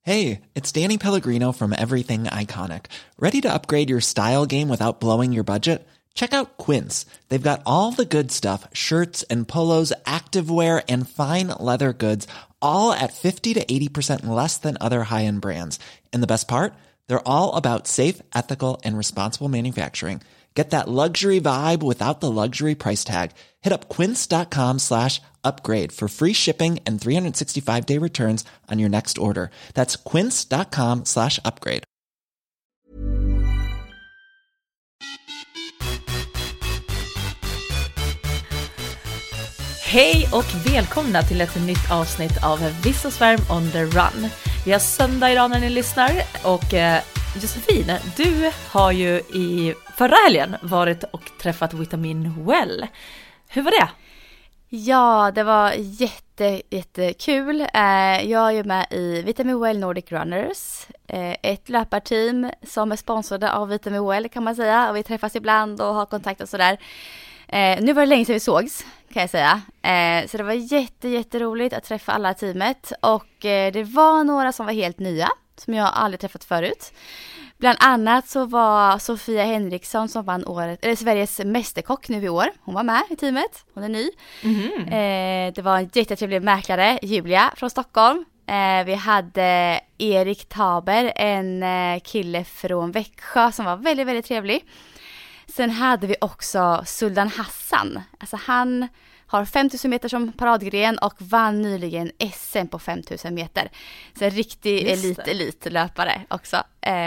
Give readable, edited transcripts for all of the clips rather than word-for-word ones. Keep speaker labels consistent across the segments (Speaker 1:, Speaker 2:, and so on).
Speaker 1: Hey, it's Danny Pellegrino from Everything Iconic. Ready to upgrade your style game without blowing your budget? Check out Quince. They've got all the good stuff, shirts and polos, activewear, and fine leather goods, all at 50 to 80% less than other high-end brands. And the best part? They're all about safe, ethical, and responsible manufacturing. Get that luxury vibe without the luxury price tag. Hit up quince.com/upgrade for free shipping and 365-day returns on your next order. That's quince.com/upgrade.
Speaker 2: Hej och välkomna till ett nytt avsnitt av Viss och Svärm on the Run. Vi har söndag idag när ni lyssnar och Josefin, du har ju i förra helgen varit och träffat Vitamin Well. Hur var det?
Speaker 3: Ja, det var jättekul. Jag är ju med i Vitamin Well Nordic Runners, ett löparteam som är sponsrade av Vitamin Well kan man säga. Och vi träffas ibland och har kontakt och sådär. Nu var det länge sedan vi sågs kan jag säga. Så det var jätteroligt att träffa alla teamet. Och det var några som var helt nya som jag aldrig träffat förut. Bland annat så var Sofia Henriksson som vann Sveriges mästerkock nu i år. Hon var med i teamet. Hon är ny. Det var en jättetrevlig mäklare, Julia från Stockholm. Vi hade Erik Taber, en kille från Växjö som var väldigt trevlig. Sen hade vi också Suldan Hassan. Alltså han har 5000 meter som paradgren och vann nyligen SM på 5000 meter. Så en riktig elitlöpare också.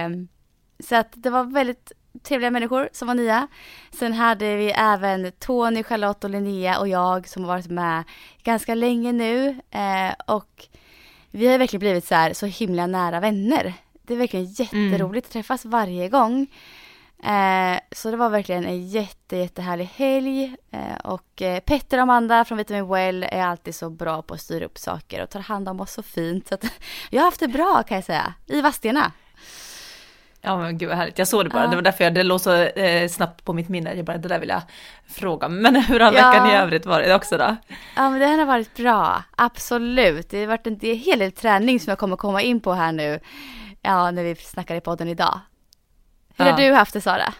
Speaker 3: Så att det var väldigt trevliga människor som var nya. Sen hade vi även Tony, Charlotte och Linnea och jag som har varit med ganska länge nu. Och vi har verkligen blivit så himla nära vänner. Det är verkligen jätteroligt att träffas varje gång. Så det var verkligen en jättehärlig helg. Och Petter och Amanda från Vitamin Well är alltid så bra på att styra upp saker och tar hand om oss så fint. Så att jag har haft det bra kan jag säga, i Vadstena.
Speaker 2: Ja men gud vad härligt, jag såg det bara. Det var därför det låg så snabbt på mitt minne. Jag bara, det där vill jag fråga. Men hur har veckan i övrigt varit också då?
Speaker 3: Ja men det har varit bra, absolut. Det har varit en hel del träning som jag kommer komma in på här nu. Ja, när vi snackar i podden idag. Hur har du haft det, Sara?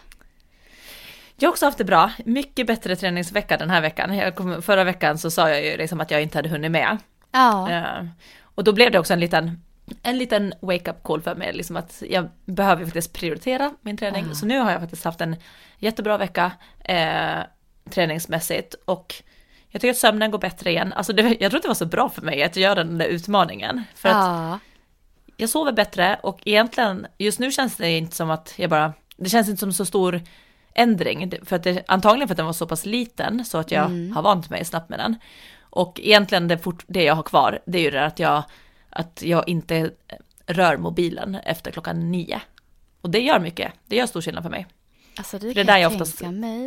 Speaker 2: Jag har också haft det bra. Mycket bättre träningsvecka den här veckan. Förra veckan så sa jag ju liksom att jag inte hade hunnit med.
Speaker 3: Ja.
Speaker 2: Och då blev det också en liten wake-up call för mig. Liksom att jag behöver faktiskt prioritera min träning. Så nu har jag faktiskt haft en jättebra vecka träningsmässigt. Och jag tycker att sömnen går bättre igen. Alltså jag tror att det var så bra för mig att göra den där utmaningen. För att jag sover bättre och egentligen just nu känns det inte som att det känns inte som så stor ändring för att antagligen för att den var så pass liten så att jag har vant mig snabbt med den. Och egentligen det jag har kvar, det är ju det att jag inte rör mobilen efter 9:00. Och det gör mycket. Det gör stor skillnad för mig.
Speaker 3: Alltså
Speaker 2: det är där jag oftast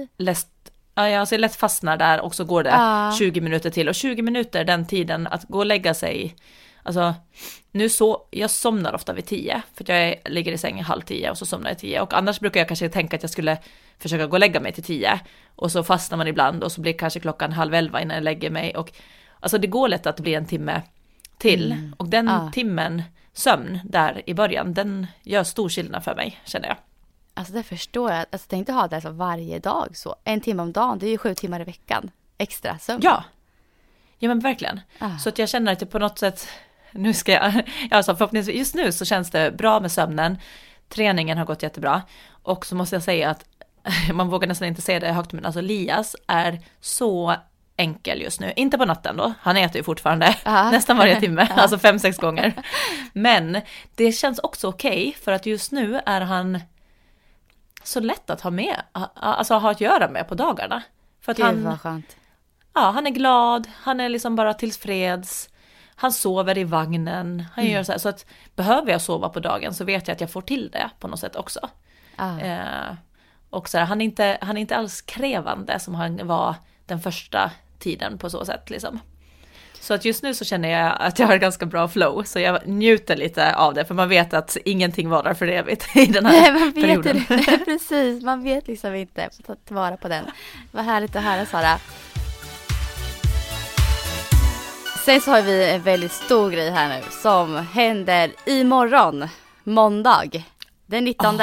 Speaker 2: lätt fastnar där och så går det 20 minuter till och 20 minuter den tiden att gå och lägga sig. Alltså, jag somnar ofta vid 10 för att jag ligger i sängen 9:30 och så somnar jag 10 och annars brukar jag kanske tänka att jag skulle försöka gå och lägga mig till 10 och så fastnar man ibland och så blir kanske klockan 10:30 innan jag lägger mig och alltså det går lätt att bli en timme till och den timmen sömn där i början, den gör stor skillnad för mig, känner jag.
Speaker 3: Alltså det förstår jag. Alltså tänk att ha det så varje dag så. 1 timme om dagen, det är ju 7 timmar i veckan extra sömn.
Speaker 2: Ja men verkligen. Så att jag känner att det på något sätt nu ska jag, alltså förhoppningsvis just nu så känns det bra med sömnen. Träningen har gått jättebra. Och så måste jag säga att man vågar nästan inte säga det högt, men alltså Lias är så enkel just nu. Inte på natten då. Han äter ju fortfarande nästan varje timme. Alltså 5-6 gånger. Men det känns också okej för att just nu är han så lätt att ha med. Alltså ha att göra med på dagarna. För att
Speaker 3: Gud, vad skönt.
Speaker 2: Ja, han är glad. Han är liksom bara tillfreds. Han sover i vagnen. Han gör så här. Så att behöver jag sova på dagen så vet jag att jag får till det på något sätt också. Och så här, han är inte alls krävande som han var den första tiden på så sätt liksom. Så att just nu så känner jag att jag har ganska bra flow. Så jag njuter lite av det. För man vet att ingenting varar för evigt i den här perioden.
Speaker 3: Precis, man vet liksom inte. Ta tillvara på den. Vad härligt att höra, Sara. Sen så har vi en väldigt stor grej här nu som händer imorgon, måndag, den 19.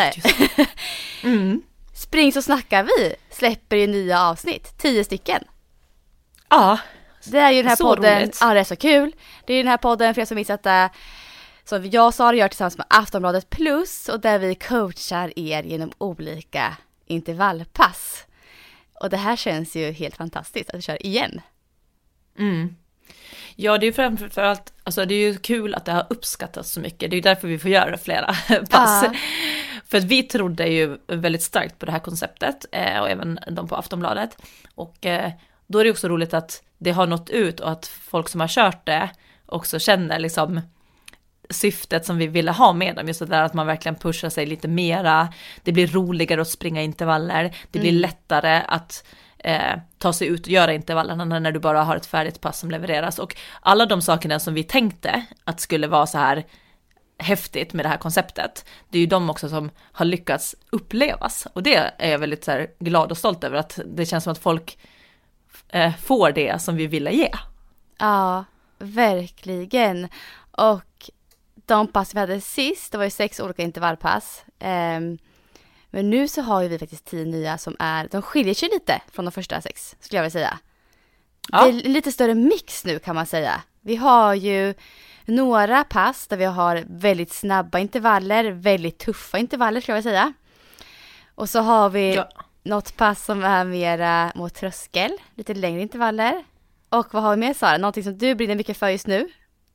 Speaker 3: Spring så snackar vi släpper ju nya avsnitt, 10 stycken.
Speaker 2: Ja,
Speaker 3: det är ju den här podden,
Speaker 2: roligt.
Speaker 3: Ja det är så kul. Det är ju den här podden för er som missat det, som jag och Sara gör tillsammans med Aftonbladet Plus och där vi coachar er genom olika intervallpass. Och det här känns ju helt fantastiskt att vi kör igen.
Speaker 2: Ja, det är ju framförallt, alltså det är ju kul att det har uppskattats så mycket. Det är ju därför vi får göra flera pass. För att vi trodde ju väldigt starkt på det här konceptet och även de på Aftonbladet. Och då är det också roligt att det har nått ut och att folk som har kört det också känner liksom syftet som vi ville ha med dem. Just det där att man verkligen pushar sig lite mera. Det blir roligare att springa intervaller. Det blir lättare att ta sig ut och göra intervallerna när du bara har ett färdigt pass som levereras. Och alla de sakerna som vi tänkte att skulle vara så här häftigt med det här konceptet, det är ju de också som har lyckats upplevas. Och det är jag väldigt så här glad och stolt över, att det känns som att folk får det som vi ville ge.
Speaker 3: Ja, verkligen. Och de pass vi hade sist, det var ju 6 olika intervallpass. Men nu så har ju vi faktiskt 10 nya som de skiljer sig lite från de första 6, skulle jag vilja säga. Ja. Det är lite större mix nu kan man säga. Vi har ju några pass där vi har väldigt snabba intervaller, väldigt tuffa intervaller skulle jag vilja säga. Och så har vi något pass som är mera mot tröskel, lite längre intervaller. Och vad har vi med, Sara? Någonting som du brinner mycket för just nu?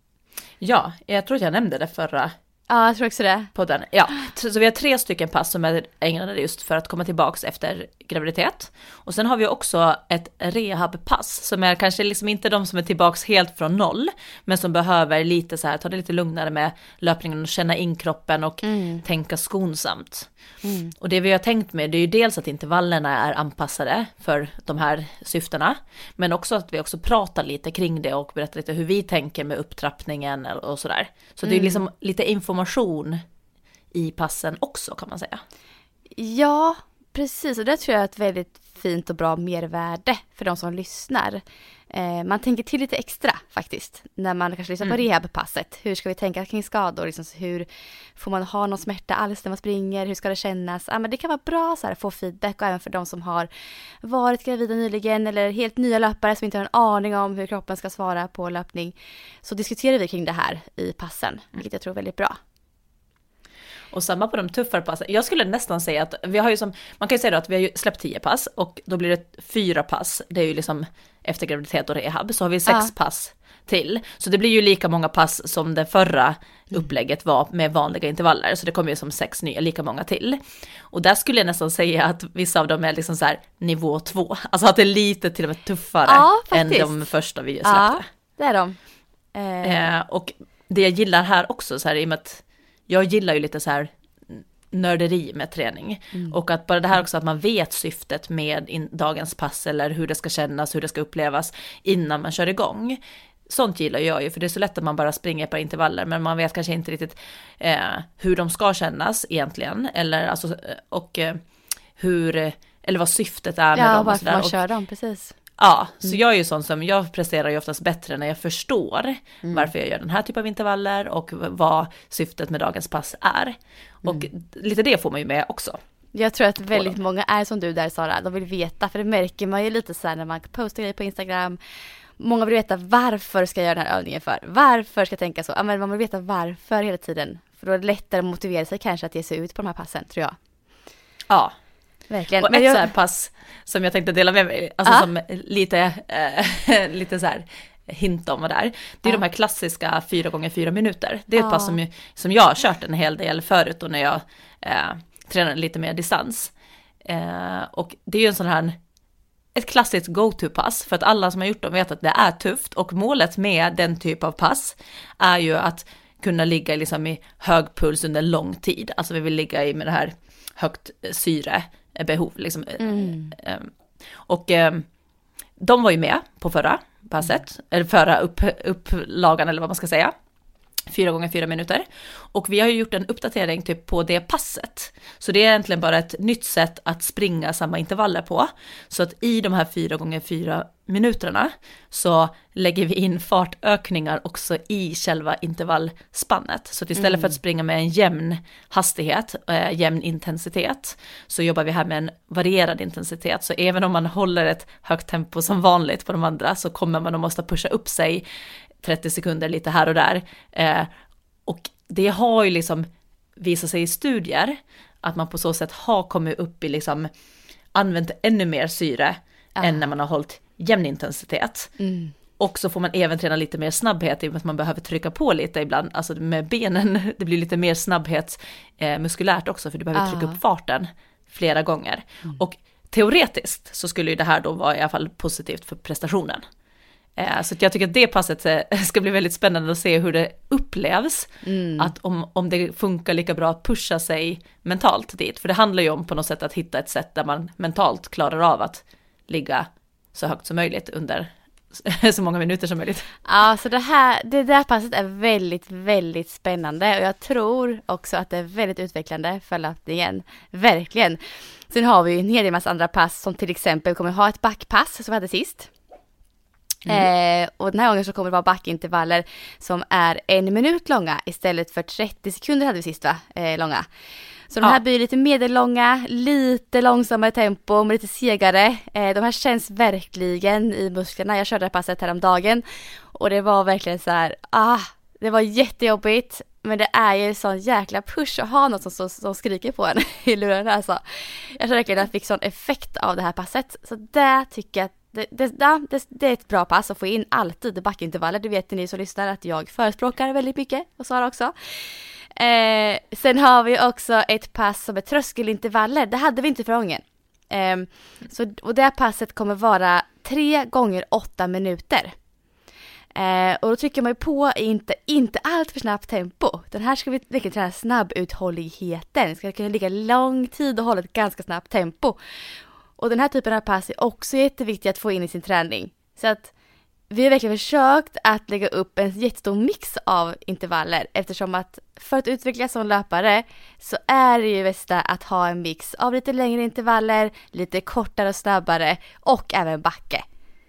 Speaker 2: Ja, jag tror att jag nämnde det förra.
Speaker 3: Ja, jag tror också det.
Speaker 2: Podden. Ja, så vi har 3 stycken pass som är ägnade just för att komma tillbaks efter graviditet. Och sen har vi också ett rehabpass som är kanske liksom inte de som är tillbaks helt från noll, men som behöver lite så här, ta det lite lugnare med löpningen och känna in kroppen och tänka skonsamt. Och det vi har tänkt med, det är ju dels att intervallerna är anpassade för de här syftena, men också att vi också pratar lite kring det och berättar lite hur vi tänker med upptrappningen och sådär. Så det är liksom lite information i passen också, kan man säga. Ja,
Speaker 3: precis. Och det tror jag är ett väldigt fint och bra mervärde för de som lyssnar. Man tänker till lite extra faktiskt när man kanske lyssnar på rehabpasset. Hur ska vi tänka kring skador? Liksom, hur får man ha någon smärta alls när man springer? Hur ska det kännas? Men det kan vara bra så här, att få feedback, och även för de som har varit gravida nyligen eller helt nya löpare som inte har en aning om hur kroppen ska svara på löpning. Så diskuterar vi kring det här i passen, vilket jag tror är väldigt bra.
Speaker 2: Och samma på de tuffare passen. Jag skulle nästan säga att vi har ju man kan ju säga då att vi har ju släppt 10 pass och då blir det 4 pass. Det är ju liksom efter graviditet och rehab, så har vi 6 pass till. Så det blir ju lika många pass som det förra upplägget var med vanliga intervaller. Så det kommer ju som 6 nya, lika många till. Och där skulle jag nästan säga att vissa av dem är liksom så här nivå 2. Alltså att det är lite till och med tuffare än de första vi släppte.
Speaker 3: Ja, det är de.
Speaker 2: Och det jag gillar här också så här, i och med att jag gillar ju lite så här nörderi med träning. Och att bara det här också att man vet syftet med dagens pass eller hur det ska kännas, hur det ska upplevas innan man kör igång. Sånt gillar jag ju, för det är så lätt att man bara springer på intervaller, men man vet kanske inte riktigt hur de ska kännas egentligen, eller alltså, och hur, eller vad syftet är med dem.
Speaker 3: Ja, varför man kör dem, precis.
Speaker 2: Ja, så jag är ju sån som, jag presterar ju oftast bättre när jag förstår varför jag gör den här typen av intervaller och vad syftet med dagens pass är. Och lite det får man ju med också.
Speaker 3: Jag tror att väldigt många är som du där, Sara. De vill veta, för det märker man ju lite så här när man postar grejer på Instagram. Många vill veta varför ska jag göra den här övningen för? Varför ska jag tänka så? Ja, men man vill veta varför hela tiden. För då är det lättare att motivera sig kanske att ge sig ut på de här passen, tror jag.
Speaker 2: Ja.
Speaker 3: Verkligen.
Speaker 2: Och men ett så här pass som jag tänkte dela med mig, alltså som lite så här hint om vad det är. Det är de här klassiska 4x4 minuter. Det är ett pass som jag har kört en hel del förut och när jag tränar lite mer distans. Och det är ju en sån här ett klassiskt go-to-pass, för att alla som har gjort dem vet att det är tufft, och målet med den typ av pass är ju att kunna ligga liksom i hög puls under lång tid. Alltså vi vill ligga i med det här högt syrebehov liksom. Och de var ju med på förra passet, eller förra upplagan eller vad man ska säga. 4 gånger 4 minuter. Och vi har ju gjort en uppdatering typ på det passet. Så det är egentligen bara ett nytt sätt att springa samma intervaller på. Så att i de här 4 gånger 4 minuterna så lägger vi in fartökningar också i själva intervallspannet. Så att istället för att springa med en jämn hastighet, jämn intensitet, så jobbar vi här med en varierad intensitet. Så även om man håller ett högt tempo som vanligt på de andra, så kommer man att måste pusha upp sig 30 sekunder lite här och där. Och det har ju liksom visat sig i studier att man på så sätt har kommit upp i liksom använt ännu mer syre än när man har hållit jämn intensitet. Och så får man även träna lite mer snabbhet i och med att man behöver trycka på lite ibland. Alltså med benen, det blir lite mer snabbhet muskulärt också, för du behöver trycka upp farten flera gånger. Och teoretiskt så skulle ju det här då vara i alla fall positivt för prestationen. Så jag tycker att det passet ska bli väldigt spännande att se hur det upplevs. Att om det funkar lika bra att pusha sig mentalt dit. För det handlar ju om på något sätt att hitta ett sätt där man mentalt klarar av att ligga så högt som möjligt under så många minuter som möjligt.
Speaker 3: Ja, så det där passet är väldigt, väldigt spännande. Och jag tror också att det är väldigt utvecklande för löpningen. Verkligen. Sen har vi ju en hel del massa andra pass, som till exempel kommer ha ett backpass som vi hade sist. Och den här gången så kommer det vara backintervaller som är 1 minut långa istället för 30 sekunder hade vi sist långa. Så de här blir lite medellånga, lite långsammare tempo, men lite segare. De här känns verkligen i musklerna. Jag körde det här passet häromdagen och det var verkligen så här, det var jättejobbigt. Men det är ju sån jäkla push att ha något som skriker på en i luren. Alltså. Jag tror verkligen att jag fick sån effekt av det här passet. Så det tycker jag att det är ett bra pass att få in alltid i backintervaller. Det vet ni som lyssnar att jag förespråkar väldigt mycket, och Sara också. Sen har vi också ett pass som är tröskelintervaller. Det hade vi inte förra gången. Och det här passet kommer vara 3 gånger 8 minuter. Och då trycker man ju på inte allt för snabbt tempo. Den här ska vi verkligen träna snabbuthålligheten. Ska kunna ligga lång tid och hålla ett ganska snabbt tempo. Och den här typen av pass är också jätteviktigt att få in i sin träning. Så att vi har verkligen försökt att lägga upp en jättestor mix av intervaller. Eftersom att för att utvecklas som löpare så är det ju bästa att ha en mix av lite längre intervaller, lite kortare och snabbare och även backe.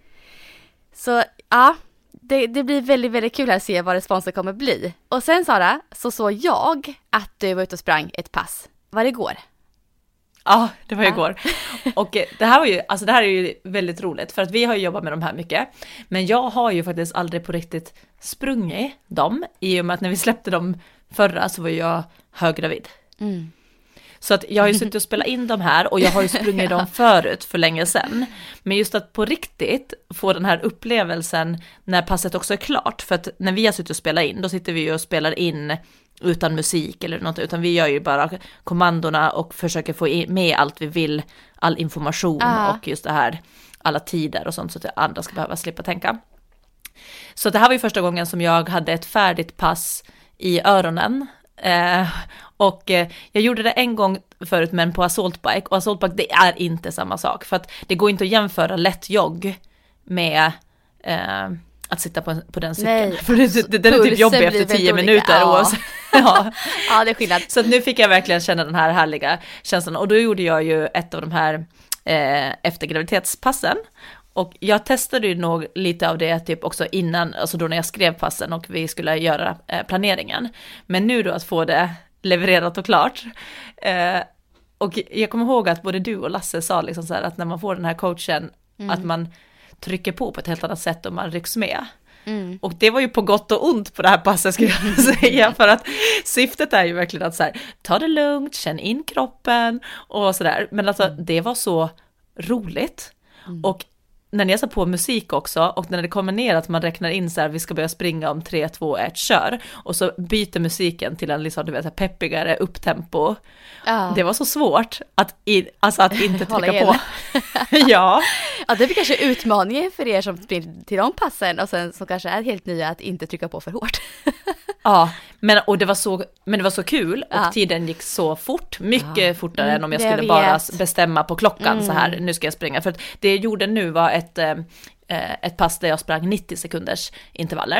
Speaker 3: Så ja, det blir väldigt, väldigt kul att se vad responsen kommer bli. Och sen Sara, så såg jag att du var ute och sprang ett pass. Var det igår?
Speaker 2: Ja, det var igår. Och det här är ju väldigt roligt, för att vi har ju jobbat med de här mycket. Men jag har ju faktiskt aldrig på riktigt sprungit dem, i och med att när vi släppte dem förra så var jag höggravid. Så att jag har ju suttit och spelat in de här, och jag har ju sprungit dem förut för länge sedan. Men just att på riktigt få den här upplevelsen när passet också är klart. För att när vi har suttit och spelat in, då sitter vi ju och spelar in utan musik eller något, utan vi gör ju bara kommandona och försöker få med allt vi vill, all information och just det här, alla tider och sånt, så att andra ska behöva slippa tänka. Så det här var ju första gången som jag hade ett färdigt pass i öronen. Och jag gjorde det en gång förut, men på assaultbike, och assaultbike, det är inte samma sak, för att det går inte att jämföra lätt jogg med att sitta på den cykeln. Nej, för det är typ jobbigt efter 10 minuter. Ja,
Speaker 3: det är skillnad.
Speaker 2: Så nu fick jag verkligen känna den här härliga känslan, och då gjorde jag ju ett av de här efter graviditetspassen. Och jag testade ju nog lite av det typ också innan, alltså då när jag skrev passen och vi skulle göra planeringen. Men nu då att få det levererat och klart. Och jag kommer ihåg att både du och Lasse sa liksom så här, att när man får den här coachen, att man trycker på ett helt annat sätt och man rycks med. Och det var ju på gott och ont på det här passet, skulle jag säga, för att syftet är ju verkligen att så här, ta det lugnt, känn in kroppen och sådär. Men alltså det var så roligt. Och när jag satt på musik också, och när det kommer ner att man räknar in så här, vi ska börja springa om 3, 2, 1, kör. Och så byter musiken till en liksom, du vet, peppigare upptempo. Det var så svårt att inte trycka på. Ja,
Speaker 3: det blir kanske utmaningen för er som springer till de passen, och sen som kanske är helt nya att inte trycka på för hårt.
Speaker 2: Ja, men det var så kul, och tiden gick så fort, mycket fortare än om jag skulle bara bestämma på klockan så här, nu ska jag springa. För att det jag gjorde nu var ett pass där jag sprang 90 sekunders intervaller.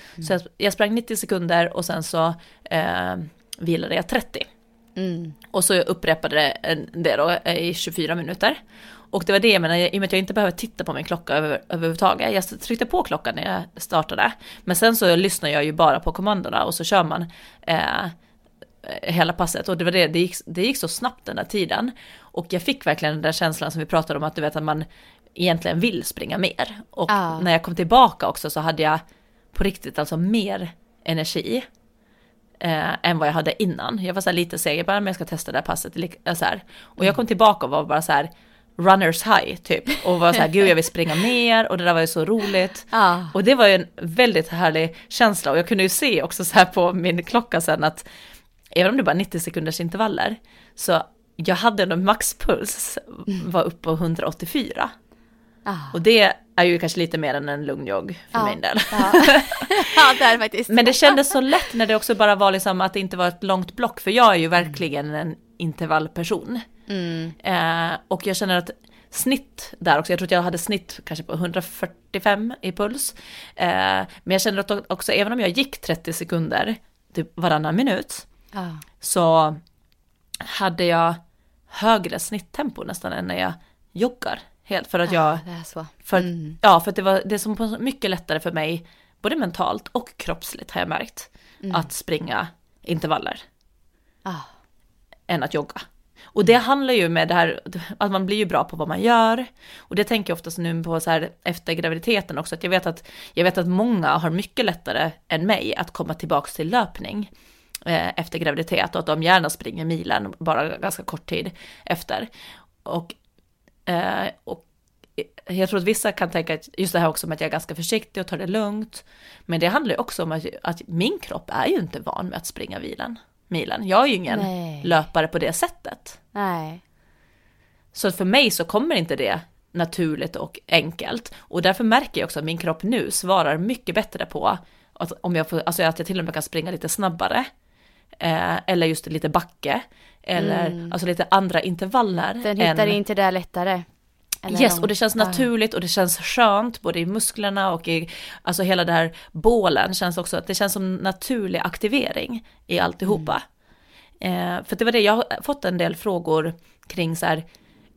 Speaker 2: Så jag sprang 90 sekunder och sen så vilade jag 30. Och så upprepade det då i 24 minuter. Och det var det jag menade, i och med att jag inte behöver titta på min klocka överhuvudtaget. Jag tryckte på klockan när jag startade. Men sen så lyssnar jag ju bara på kommandona och så kör man hela passet. Och det var det gick så snabbt den där tiden. Och jag fick verkligen den där känslan som vi pratade om, att du vet att man egentligen vill springa mer. Och när jag kom tillbaka också så hade jag på riktigt alltså mer energi än vad jag hade innan. Jag var så här lite seg, bara men jag ska testa det här passet. Så här. Och jag kom tillbaka och var bara så här runners high typ. Och var så här, gud jag vill springa mer. Och det där var ju så roligt. Och det var ju en väldigt härlig känsla. Och jag kunde ju se också så här på min klocka sen att även om det bara 90 sekunders intervaller så jag hade en maxpuls var uppe på 184. Och det är ju kanske lite mer än en lugn jogg för min del.
Speaker 3: Ja, det är faktiskt.
Speaker 2: Men det kändes så lätt när det också bara var liksom att det inte var ett långt block. För jag är ju verkligen en intervallperson. Och jag känner att snitt där också, jag tror att jag hade snitt kanske på 145 i puls. Men jag känner att också, även om jag gick 30 sekunder typ varannan minut så hade jag högre snitttempo nästan än när jag joggar. Helt för att jag
Speaker 3: det är så.
Speaker 2: För att det var det som var mycket lättare för mig både mentalt och kroppsligt har jag märkt att springa intervaller än att jogga. Och det handlar ju med det här att man blir ju bra på vad man gör. Och det tänker jag oftast nu på så här efter graviditeten också, att jag vet att många har mycket lättare än mig att komma tillbaka till löpning efter graviditet, och att de gärna springer milen bara ganska kort tid efter. Och jag tror att vissa kan tänka att just det här också med att jag är ganska försiktig och tar det lugnt. Men det handlar ju också om att min kropp är ju inte van med att springa milen. Jag är ju ingen löpare på det sättet.
Speaker 3: Nej. Så
Speaker 2: för mig så kommer inte det naturligt och enkelt. Och därför märker jag också att min kropp nu svarar mycket bättre på att, om jag får, alltså att jag till och med kan springa lite snabbare. Eller just lite backe. Eller alltså lite andra intervaller.
Speaker 3: Den hittar inte det lättare.
Speaker 2: Och det känns naturligt och det känns skönt både i musklerna och i alltså hela det här bålen känns också att det känns som naturlig aktivering i alltihopa. För det var det jag har fått en del frågor kring så här,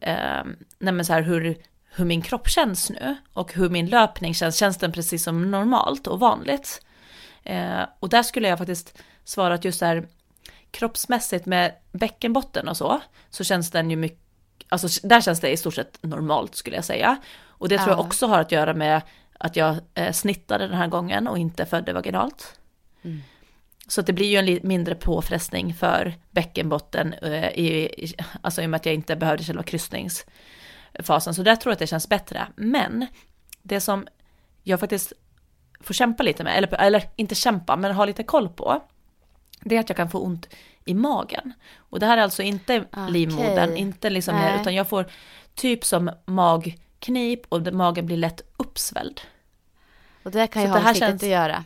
Speaker 2: så här hur min kropp känns nu och hur min löpning känns den precis som normalt och vanligt. Och där skulle jag faktiskt svara att just så här kroppsmässigt med bäckenbotten och så känns den ju mycket. Alltså där känns det i stort sett normalt skulle jag säga. Och det tror jag också har att göra med att jag snittade den här gången och inte födde vaginalt. Så att det blir ju en mindre påfrestning för bäckenbotten alltså i och med att jag inte behövde själva kryssningsfasen. Så där tror jag att det känns bättre. Men det som jag faktiskt får kämpa lite med, eller inte kämpa men ha lite koll på, det är att jag kan få ont i magen. Och det här är alltså inte livmodern, inte liksom mer, utan jag får typ som magknip och magen blir lätt uppsvälld.
Speaker 3: Och det kan ju ha att göra.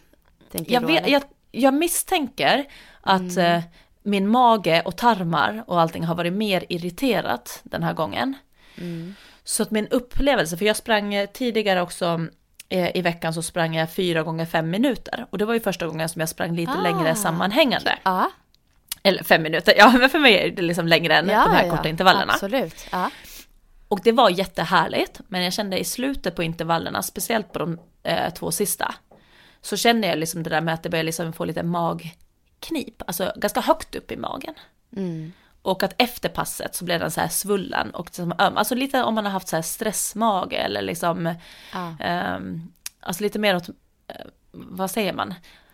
Speaker 2: Jag misstänker att min mage och tarmar och allting har varit mer irriterat den här gången. Så att min upplevelse, för jag sprang tidigare också i veckan så sprang jag 4 gånger 5 minuter. Och det var ju första gången som jag sprang lite längre sammanhängande. Eller 5 minuter, men för mig är det liksom längre än de här korta intervallerna.
Speaker 3: Absolut,
Speaker 2: Och det var jättehärligt, men jag kände i slutet på intervallerna, speciellt på de 2 sista, så kände jag liksom det där med att det började liksom få lite magknip, alltså ganska högt upp i magen. Och att efter passet så blev den så här svullen och liksom öm, alltså lite om man har haft så här stressmage eller liksom alltså lite mer åt, vad säger man?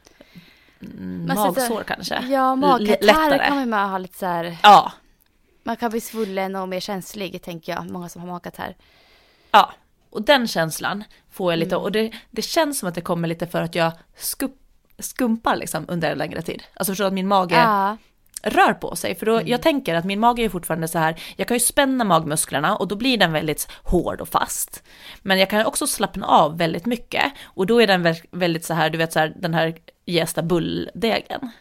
Speaker 2: Magsår kanske.
Speaker 3: Ja, magkatarr kan man ha lite så här.
Speaker 2: Ja.
Speaker 3: Man kan bli svullen och mer känslig, tänker jag. Många som har magkatarr.
Speaker 2: Ja, och den känslan får jag lite. Och det känns som att det kommer lite för att jag skumpar liksom under en längre tid. Alltså förstår att min mage rör på sig. För då, jag tänker att min mage är fortfarande så här. Jag kan ju spänna magmusklerna och då blir den väldigt hård och fast. Men jag kan också slappna av väldigt mycket. Och då är den väldigt så här, du vet så här, den här jästa bulldegen.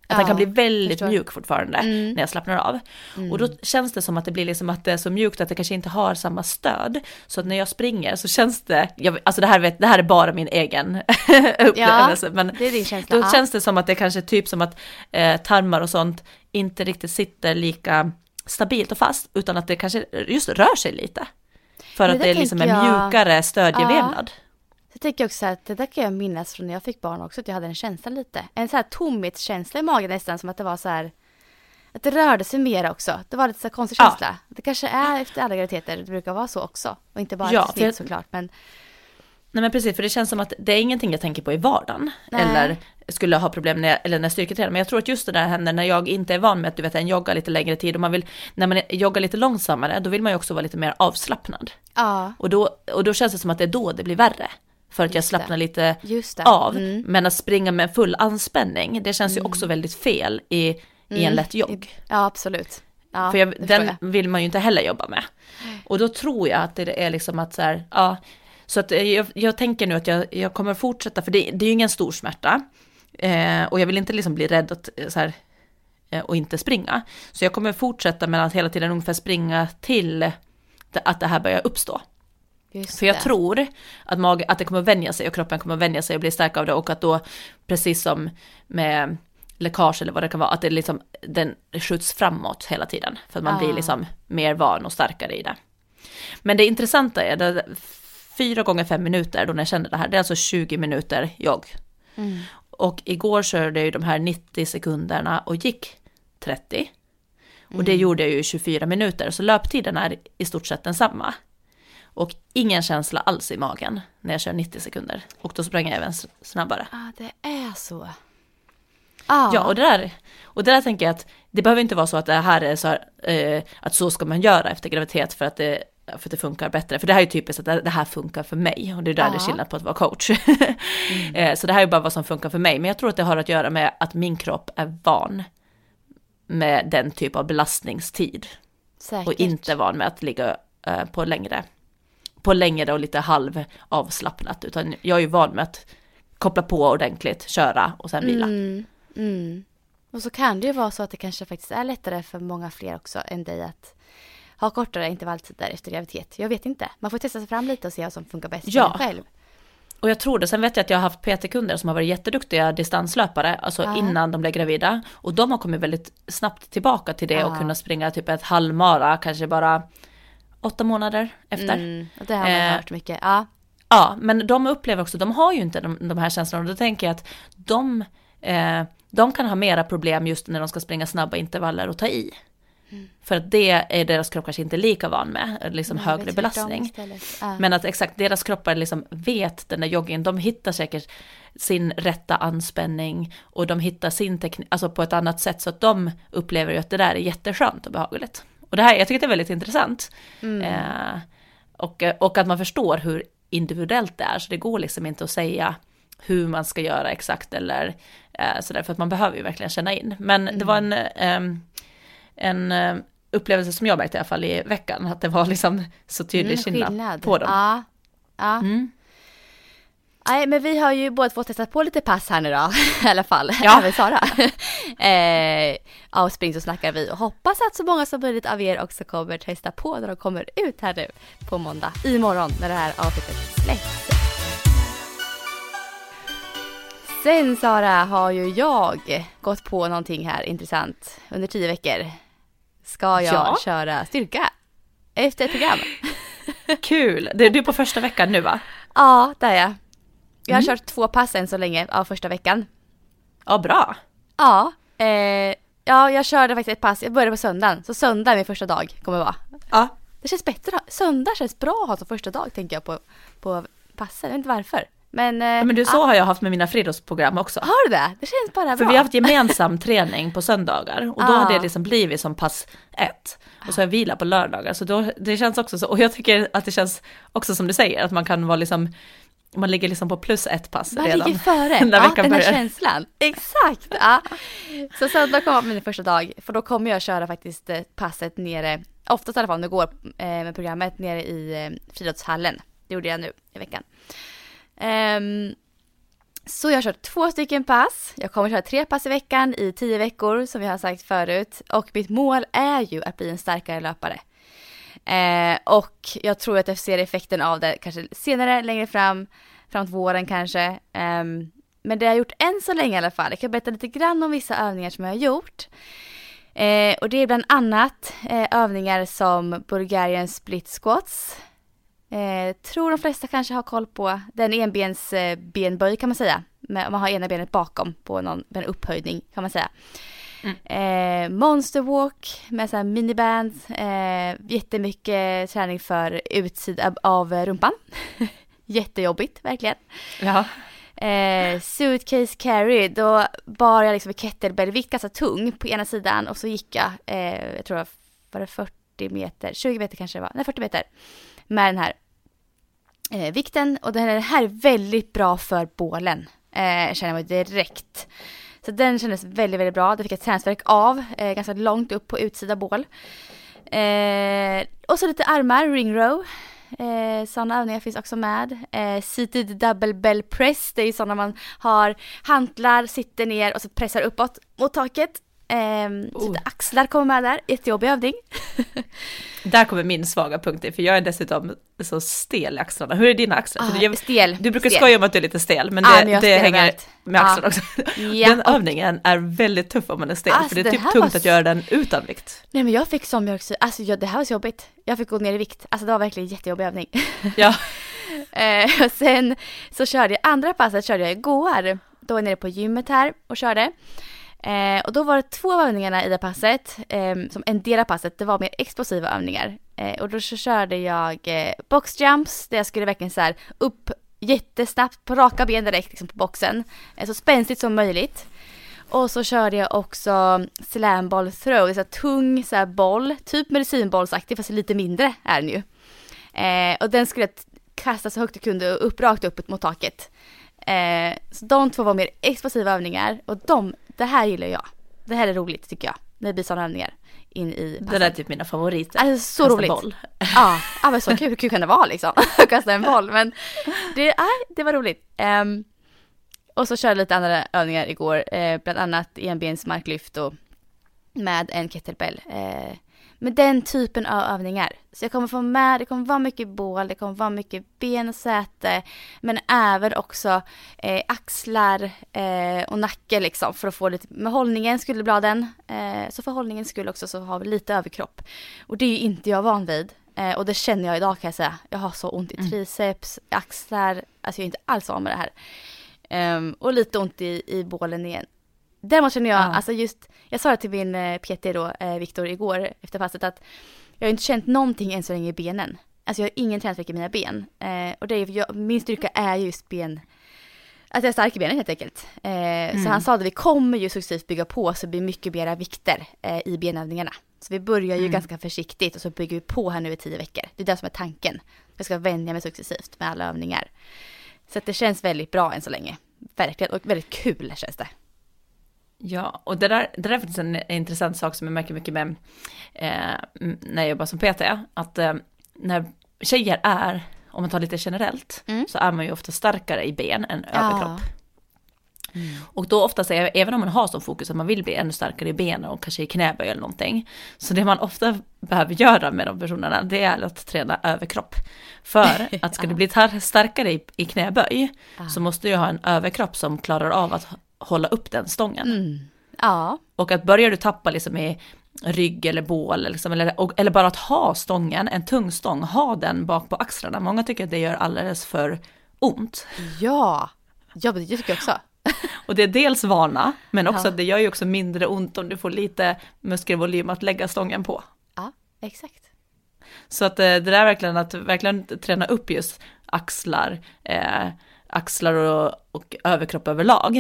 Speaker 2: Att den kan bli väldigt mjuk fortfarande när jag slappnar av. Och då känns det som att det blir liksom att det är så mjukt att det kanske inte har samma stöd. Så att när jag springer så känns det, alltså det här är bara min egen upplevelse. Men
Speaker 3: det är din känsla.
Speaker 2: Då känns det som att det kanske är typ som att tarmar och sånt inte riktigt sitter lika stabilt och fast, utan att det kanske just rör sig lite. För att det är liksom en mjukare stödjevävnad.
Speaker 3: Jag tänker också att det där kan jag minnas från när jag fick barn också, att jag hade en känsla lite. En så här tomhetskänsla i magen nästan, som att det var så här, att det rörde sig mer också. Det var lite så här konstig känsla. Det kanske är efter alla graviditeter, det brukar vara så också. Och inte bara ett snitt såklart, men...
Speaker 2: Nej men precis, för det känns som att det är ingenting jag tänker på i vardagen. Nej. Eller skulle ha problem när jag styrketränar. Men jag tror att just det där händer när jag inte är van med att en jogga lite längre tid. Och när man joggar lite långsammare, då vill man ju också vara lite mer avslappnad. Ja. Och då känns det som att det är då det blir värre. För att jag slappnar lite av. Men att springa med full anspänning, det känns ju också väldigt fel i en lätt jogg.
Speaker 3: Ja, absolut. Ja,
Speaker 2: för den vill man ju inte heller jobba med. Och då tror jag att det är liksom att så här, så att jag tänker nu att jag kommer fortsätta, för det är ju ingen stor smärta. Och jag vill inte liksom bli rädd att, så här, och inte springa. Så jag kommer fortsätta med att hela tiden ungefär springa till att det här börjar uppstå. För jag tror att det kommer att vänja sig och kroppen kommer att vänja sig och bli stark av det, och att då, precis som med läckage eller vad det kan vara, att det liksom, den skjuts framåt hela tiden för att man blir liksom mer van och starkare i det. Men det intressanta är det 4 gånger 5 minuter då när jag kände det här, det är alltså 20 minuter jogg. Och igår körde jag ju de här 90 sekunderna och gick 30. Och det gjorde jag ju 24 minuter, så löptiden är i stort sett densamma. Och ingen känsla alls i magen när jag kör 90 sekunder. Och då sprang jag även snabbare.
Speaker 3: Det är så.
Speaker 2: Ja, och det där tänker jag att det behöver inte vara så att det här är så här, att så ska man göra efter graviditet för att det funkar bättre. För det här är ju typiskt att det här funkar för mig. Och det är där det är skillnad på att vara coach. Så det här är bara vad som funkar för mig. Men jag tror att det har att göra med att min kropp är van med den typ av belastningstid. Säkert. Och inte van med att ligga på längre och lite halv avslappnat, utan jag är ju van med att koppla på ordentligt, köra och sen vila.
Speaker 3: Och så kan det ju vara så att det kanske faktiskt är lättare för många fler också än dig att ha kortare intervalltider efter graviditet. Jag vet inte. Man får testa sig fram lite och se vad som funkar bäst för en själv.
Speaker 2: Och jag tror det. Sen vet jag att jag har haft PT-kunder som har varit jätteduktiga distanslöpare, alltså innan de blev gravida. Och de har kommit väldigt snabbt tillbaka till det och kunnat springa typ ett halvmara, kanske bara 8 månader efter.
Speaker 3: Och det har man hört mycket.
Speaker 2: Ja, men de upplever också, de har ju inte de här känslorna. Och då tänker jag att de kan ha mera problem just när de ska springa snabba intervaller och ta i. För att det är deras kropp kanske inte lika van med, liksom högre belastning. Men att exakt deras kroppar liksom vet den där joggingen, de hittar säkert sin rätta anspänning och de hittar sin teknik, alltså på ett annat sätt, så att de upplever ju att det där är jätteskönt och behagligt. Och det här, jag tycker det är väldigt intressant. Och att man förstår hur individuellt det är, så det går liksom inte att säga hur man ska göra exakt eller sådär, för att man behöver ju verkligen känna in. Men det var en upplevelse som jag märkte i alla fall i veckan, att det var liksom så tydlig skillnad på dem.
Speaker 3: Nej, men vi har ju båda fått testa på lite pass här nu då, i alla fall. Ja, även Sara. Och spring så snackar vi och hoppas att så många som möjligt av er också kommer testa på när de kommer ut här nu på måndag, imorgon, när det här avsnittet släpps. Sen, Sara, har ju jag gått på någonting här intressant. Under 10 veckor ska jag köra styrka efter ett program.
Speaker 2: Kul! Det är du på första veckan nu, va?
Speaker 3: Ja, det är jag. Jag har kört 2 pass än så länge av första veckan.
Speaker 2: Ja, bra.
Speaker 3: Ja, jag körde faktiskt ett pass. Jag började på söndagen. Så söndag är min första dag kommer vara. Ja. Det känns bättre. Söndag känns bra att ha som första dag, tänker jag på passen. Jag vet inte varför. Men
Speaker 2: du, så har jag haft med mina friidrottsprogram också.
Speaker 3: Har du det? Det känns bara bra.
Speaker 2: För vi har haft gemensam träning på söndagar. Och då har det liksom blivit som pass 1. Och så har jag vila på lördagar. Så då, det känns också så. Och jag tycker att det känns också som du säger, att man kan vara liksom, man ligger liksom på +1 pass
Speaker 3: man
Speaker 2: redan.
Speaker 3: Man ligger före.
Speaker 2: När veckan
Speaker 3: den här
Speaker 2: börjar.
Speaker 3: känslan. Exakt. Ja. Så söndag kommer min första dag. För då kommer jag köra faktiskt passet nere, oftast i alla fall om det går med programmet, nere i friidrottshallen. Det gjorde jag nu i veckan. Så jag har kört 2 stycken pass. Jag kommer köra 3 pass i veckan i 10 veckor som jag har sagt förut. Och mitt mål är ju att bli en starkare löpare. Och jag tror att jag ser effekten av det kanske senare, längre framåt våren kanske. Men det har jag gjort än så länge i alla fall. Jag kan berätta lite grann om vissa övningar som jag har gjort. Och det är bland annat övningar som Bulgarian split squats. Tror de flesta kanske har koll på den enbens benböj kan man säga. Man har ena benet bakom på en upphöjning kan man säga. Monster walk med så här miniband. Jättemycket träning för utsidan av rumpan. Jättejobbigt verkligen.
Speaker 2: Ja.
Speaker 3: Suitcase carry, då bar jag liksom kettlebellvikt ganska tung på ena sidan och så gick jag, jag tror var det 40 meter, 20 meter kanske det var, nej 40 meter med den här vikten, och den här är väldigt bra för bålen, känner jag direkt. Så den kändes väldigt, väldigt bra. Det fick jag träningsvärk av, ganska långt upp på utsida bål. Och så lite armar, ring row. Sådana övningar finns också med. Seated double bell press, det är ju sådana man har hantlar, sitter ner och så pressar uppåt mot taket. Så axlar kommer med där, jättejobbig övning.
Speaker 2: Där kommer min svaga punkt, för jag är dessutom så stel i axlarna. Hur är dina axlar?
Speaker 3: Stel.
Speaker 2: Du brukar
Speaker 3: stel.
Speaker 2: Skoja om att du är lite stel, men det hänger med axlarna också.
Speaker 3: Ja,
Speaker 2: den övningen är väldigt tuff om man är stel, för det är typ tungt att göra den utan vikt.
Speaker 3: Nej, men jag fick som mjölksyra, alltså det här var så jobbigt. Jag fick gå ner i vikt, alltså det var verkligen jättejobbig övning.
Speaker 2: Ja.
Speaker 3: Och sen så körde jag andra passet igår. Då var jag nere på gymmet här och körde. Och då var det 2 av övningarna i det passet, som en del av passet, det var mer explosiva övningar. Och då så körde jag boxjumps, där jag skulle verkligen så här upp jättesnabbt på raka ben direkt liksom på boxen, så spänstigt som möjligt. Och så körde jag också slam ball throw, det är så här tung så här boll, typ medicinbollsaktig fast lite mindre är den ju. Och den skulle kasta så högt jag kunde upp, rakt upp mot taket. Så de 2 var mer explosiva övningar, och det här gillar jag. Det här är roligt tycker jag, när det blir sådana övningar in i passet.
Speaker 2: Det är typ mina favoriter.
Speaker 3: Alltså, så roligt.
Speaker 2: Boll.
Speaker 3: Ja, men så kul kan det vara liksom. Kasta en boll, men det var roligt. Och så körde jag lite andra övningar igår, bland annat enbens marklyft och med en kettlebell. Med den typen av övningar. Så jag kommer få med, det kommer vara mycket bål, det kommer vara mycket ben och säte, men även också axlar och nacke liksom, för att få lite, med hållningen skulle bli den. Så för hållningen skulle också så har vi lite överkropp. Och det är ju inte jag van vid. Och det känner jag idag kan jag säga. Jag har så ont i triceps, axlar, alltså jag är inte alls van med det här. Och lite ont i bålen igen. Däremot känner jag, alltså just, jag sa det till min PT då, Viktor, igår efter passet, att jag har inte känt någonting än så länge i benen. Alltså jag har ingen träningsvärk i mina ben. Och det är, min styrka är just ben, att jag är stark i benen helt enkelt. Så han sa att vi kommer ju successivt bygga på, så det blir mycket mera vikter i benövningarna. Så vi börjar ju ganska försiktigt och så bygger vi på här nu i 10 veckor. Det är det som är tanken. Jag ska vänja mig successivt med alla övningar. Så att det känns väldigt bra än så länge. Verkligen, och väldigt kul känns det.
Speaker 2: Ja, och det där är faktiskt en intressant sak som jag märker mycket med när jag jobbar som PT, att när tjejer är, om man tar lite generellt, så är man ju ofta starkare i ben än överkropp. Och då ofta säger, även om man har som fokus att man vill bli ännu starkare i benen och kanske i knäböj eller någonting, så det man ofta behöver göra med de personerna, det är att träna överkropp. För att ska du bli starkare i knäböj, så måste du ha en överkropp som klarar av att hålla upp den stången.
Speaker 3: Ja.
Speaker 2: Och att börjar du tappa liksom i rygg eller bål liksom, eller bara att ha stången, en tung stång, ha den bak på axlarna. Många tycker att det gör alldeles för ont.
Speaker 3: Ja, det tycker jag också.
Speaker 2: Och det är dels vana, men också att det gör ju också mindre ont om du får lite muskelvolym att lägga stången på.
Speaker 3: Ja, exakt.
Speaker 2: Så att det där är verkligen att verkligen träna upp just axlar och överkropp överlag.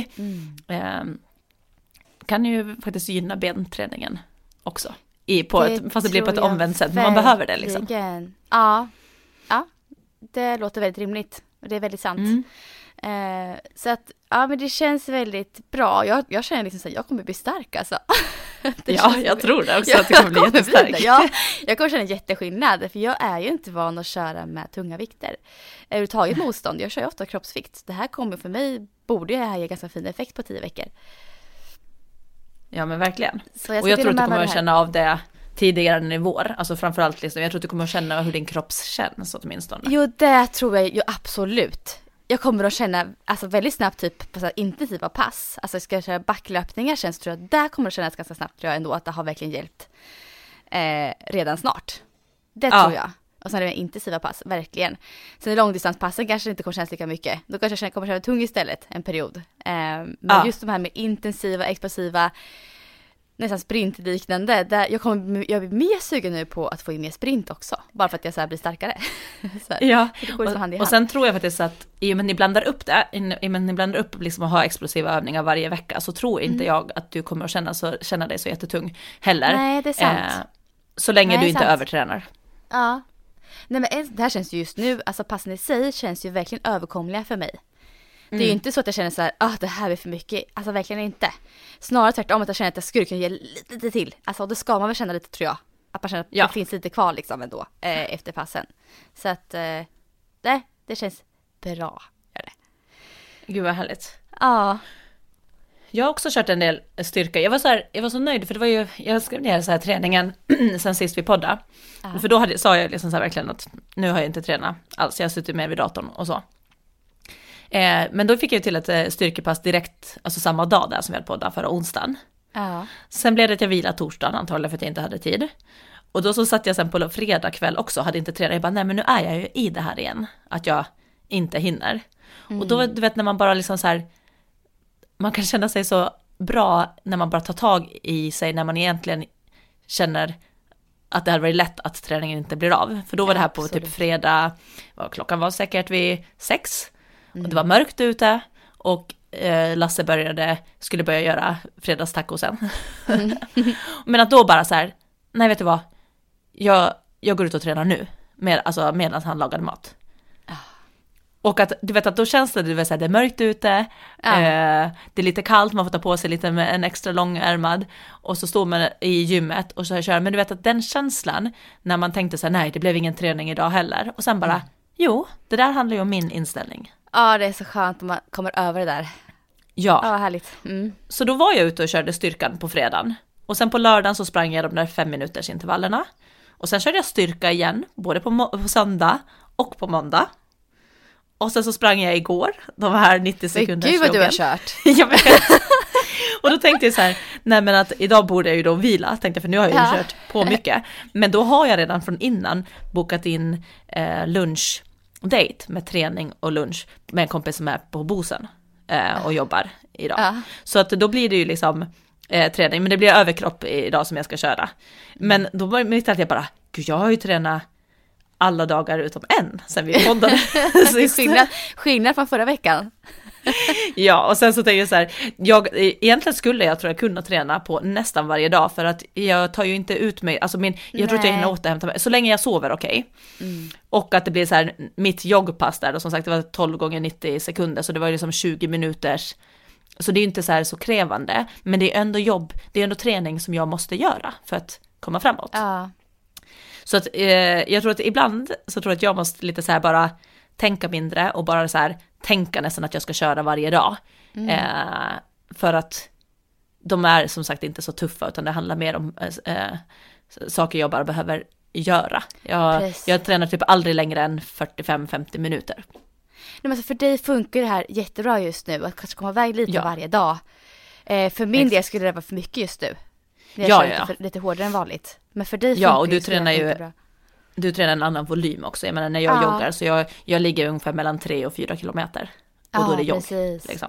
Speaker 2: Kan ju faktiskt gynna benträningen också. Fast det blir på ett omvänt sätt. Men man behöver det liksom.
Speaker 3: Ja, det låter väldigt rimligt. Och det är väldigt sant. Så att Ja, men det känns väldigt bra. Jag känner liksom så här, jag kommer bli stark alltså.
Speaker 2: Ja, jag tror det också, att det kommer bli jättestark.
Speaker 3: Ja, jag kommer känna en jätteskillnad, för jag är ju inte van att köra med tunga vikter. Överhuvudtaget motstånd, jag kör ju ofta kroppsvikt. Det här kommer för mig, borde jag ha ganska fin effekt på 10 veckor.
Speaker 2: Ja, men verkligen.
Speaker 3: Och
Speaker 2: jag tror att du kommer att känna av det tidigare nivåer. Alltså framförallt, liksom, jag tror att du kommer att känna hur din kropp känns åtminstone.
Speaker 3: Jo, det tror jag ju absolut. Jag kommer att känna alltså, väldigt snabbt typ på så här, intensiva pass. Alltså ska jag köra backlöpningar känns tror jag där kommer att kännas ganska snabbt tror jag ändå att det har verkligen hjälpt redan snart. Det tror jag. Och sen är det intensiva pass, verkligen. Sen i långdistanspassen kanske det inte kommer kännas lika mycket. Då kanske jag kommer köra tung istället en period. Men just de här med intensiva, explosiva, nästan sprintliknande. Där jag blir mer sugen nu på att få in mer sprint också. Bara för att jag så här blir starkare. Så här.
Speaker 2: Ja,
Speaker 3: och
Speaker 2: sen tror jag faktiskt att i och med att ni blandar upp det, i och med att ni blandar upp liksom att ha explosiva övningar varje vecka, så tror inte jag att du kommer att känna dig så jättetung heller.
Speaker 3: Nej, det är sant.
Speaker 2: Så länge du inte övertränar.
Speaker 3: Ja. Nej, men det här känns ju just nu, alltså passen i sig känns ju verkligen överkomliga för mig. Det är ju inte så att jag känner så här, det här är för mycket. Alltså verkligen inte. Snarare tvärtom att jag känner att jag skulle kunna ge lite till. Alltså det ska man väl känna lite tror jag. Att man känner att det finns lite kvar liksom ändå efter passen. Så att det känns bra. Gör det.
Speaker 2: Gud vad härligt.
Speaker 3: Ja.
Speaker 2: Jag har också kört en del styrka. Jag var så nöjd för det var ju, jag skrev ner så här träningen sen sist vi poddade. För då sa jag liksom så här verkligen att nu har jag inte tränat alls. Jag har suttit med vid datorn och så. Men då fick jag till ett styrkepass direkt, alltså samma dag där som vi hade poddat förra onsdagen. Sen blev det att jag vila torsdagen antagligen för att jag inte hade tid. Och då så satt jag sen på fredag kväll också hade inte tränat. Jag bara, nej men nu är jag ju i det här igen. Att jag inte hinner. Och då, du vet när man bara liksom så här, man kan känna sig så bra när man bara tar tag i sig när man egentligen känner att det hade varit lätt att träningen inte blir av. För då var det här på typ fredag, klockan var säkert vid 6. Och det var mörkt ute och Lasse skulle börja göra fredagstacosen. Men att då bara så här, nej vet du vad, jag går ut och tränar nu medan han lagade mat. Och att du vet att då känns det, du vet, så här, det är mörkt ute, det är lite kallt, man får ta på sig lite med en extra långärmad och så står man i gymmet och så kör. Men du vet att den känslan när man tänkte så här, nej det blev ingen träning idag heller och sen bara, jo, det där handlar ju om min inställning.
Speaker 3: Ja, det är så skönt om man kommer över det där.
Speaker 2: Ja,
Speaker 3: härligt.
Speaker 2: Så då var jag ute och körde styrkan på fredagen. Och sen på lördagen så sprang jag de där 5 minuters intervallerna. Och sen körde jag styrka igen, både på söndag och på måndag. Och sen så sprang jag igår, de här 90 sekunders
Speaker 3: joggen. Gud vad du har kört.
Speaker 2: Jag vet. Och då tänkte jag så här, nej men att idag borde jag ju då vila, tänkte jag, för nu har jag ju kört på mycket. Men då har jag redan från innan bokat in lunchdate med träning och lunch med en kompis som är på Bosen och jobbar idag. Så att då blir det ju liksom träning, men det blir överkropp idag som jag ska köra. Men då var det att jag bara, gud jag har ju tränat alla dagar utom en sen vi poddade.
Speaker 3: skillnad från förra veckan.
Speaker 2: Ja, och sen så tänker jag så här, egentligen skulle jag tror jag kunna träna på nästan varje dag för att jag tar ju inte ut mig, alltså jag tror att jag hinner återhämta mig så länge jag sover okej. Och att det blir så här mitt joggpass där och som sagt det var 12 gånger 90 sekunder så det var ju liksom 20 minuters. Så det är ju inte så här så krävande, men det är ändå jobb, det är ändå träning som jag måste göra för att komma framåt.
Speaker 3: Ja.
Speaker 2: Så att jag tror att ibland så tror jag att jag måste lite så här bara tänka mindre och bara så här tänka nästan att jag ska köra varje dag. För att de är som sagt inte så tuffa utan det handlar mer om saker jag bara behöver göra. Jag tränar typ aldrig längre än 45-50 minuter.
Speaker 3: Nej, men för dig funkar det här jättebra just nu att kanske komma iväg lite varje dag. För min del skulle det vara för mycket just nu. Jag kör lite hårdare än vanligt. Men för dig funkar
Speaker 2: och du tränar ju bra. Du tränar en annan volym också. Jag menar när jag joggar så jag ligger ungefär mellan 3 och 4 kilometer. Och då är det jogg. Liksom.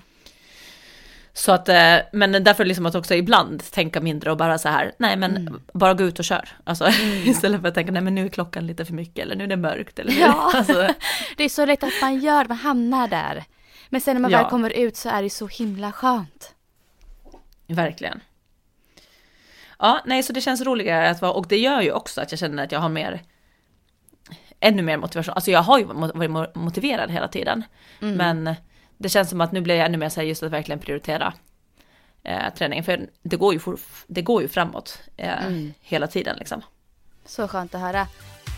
Speaker 2: Så att, men därför liksom att också ibland tänka mindre och bara så här, nej men bara gå ut och kör. Alltså istället för att tänka, nej men nu är klockan lite för mycket eller nu är det mörkt. Eller alltså. Det
Speaker 3: är så lätt att man hamnar där. Men sen när man väl kommer ut så är det så himla skönt.
Speaker 2: Verkligen. Ja, nej så det känns roligare att vara, och det gör ju också att jag känner att jag har ännu mer motivation. Alltså jag har ju varit motiverad hela tiden. Men det känns som att nu blir jag ännu mer så här just att verkligen prioritera träningen. För det går ju framåt hela tiden liksom.
Speaker 3: Så skönt att höra.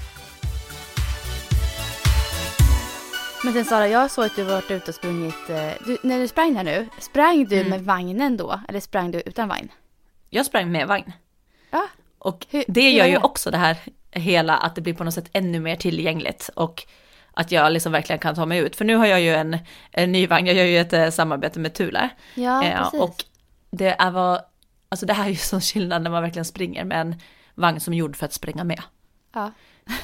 Speaker 3: Men sen Sara, jag såg att du varit ute och sprungit. När du sprang här nu, sprang du med vagnen då? Eller sprang du utan vagn?
Speaker 2: Jag sprang med vagn.
Speaker 3: Ja.
Speaker 2: Och det gör ju också det här hela, att det blir på något sätt ännu mer tillgängligt. Och att jag liksom verkligen kan ta mig ut. För nu har jag ju en ny vagn. Jag gör ju ett samarbete med Thule.
Speaker 3: Ja, precis.
Speaker 2: Och det här är ju sån skillnad när man verkligen springer med en vagn som är gjord för att springa med.
Speaker 3: Ja.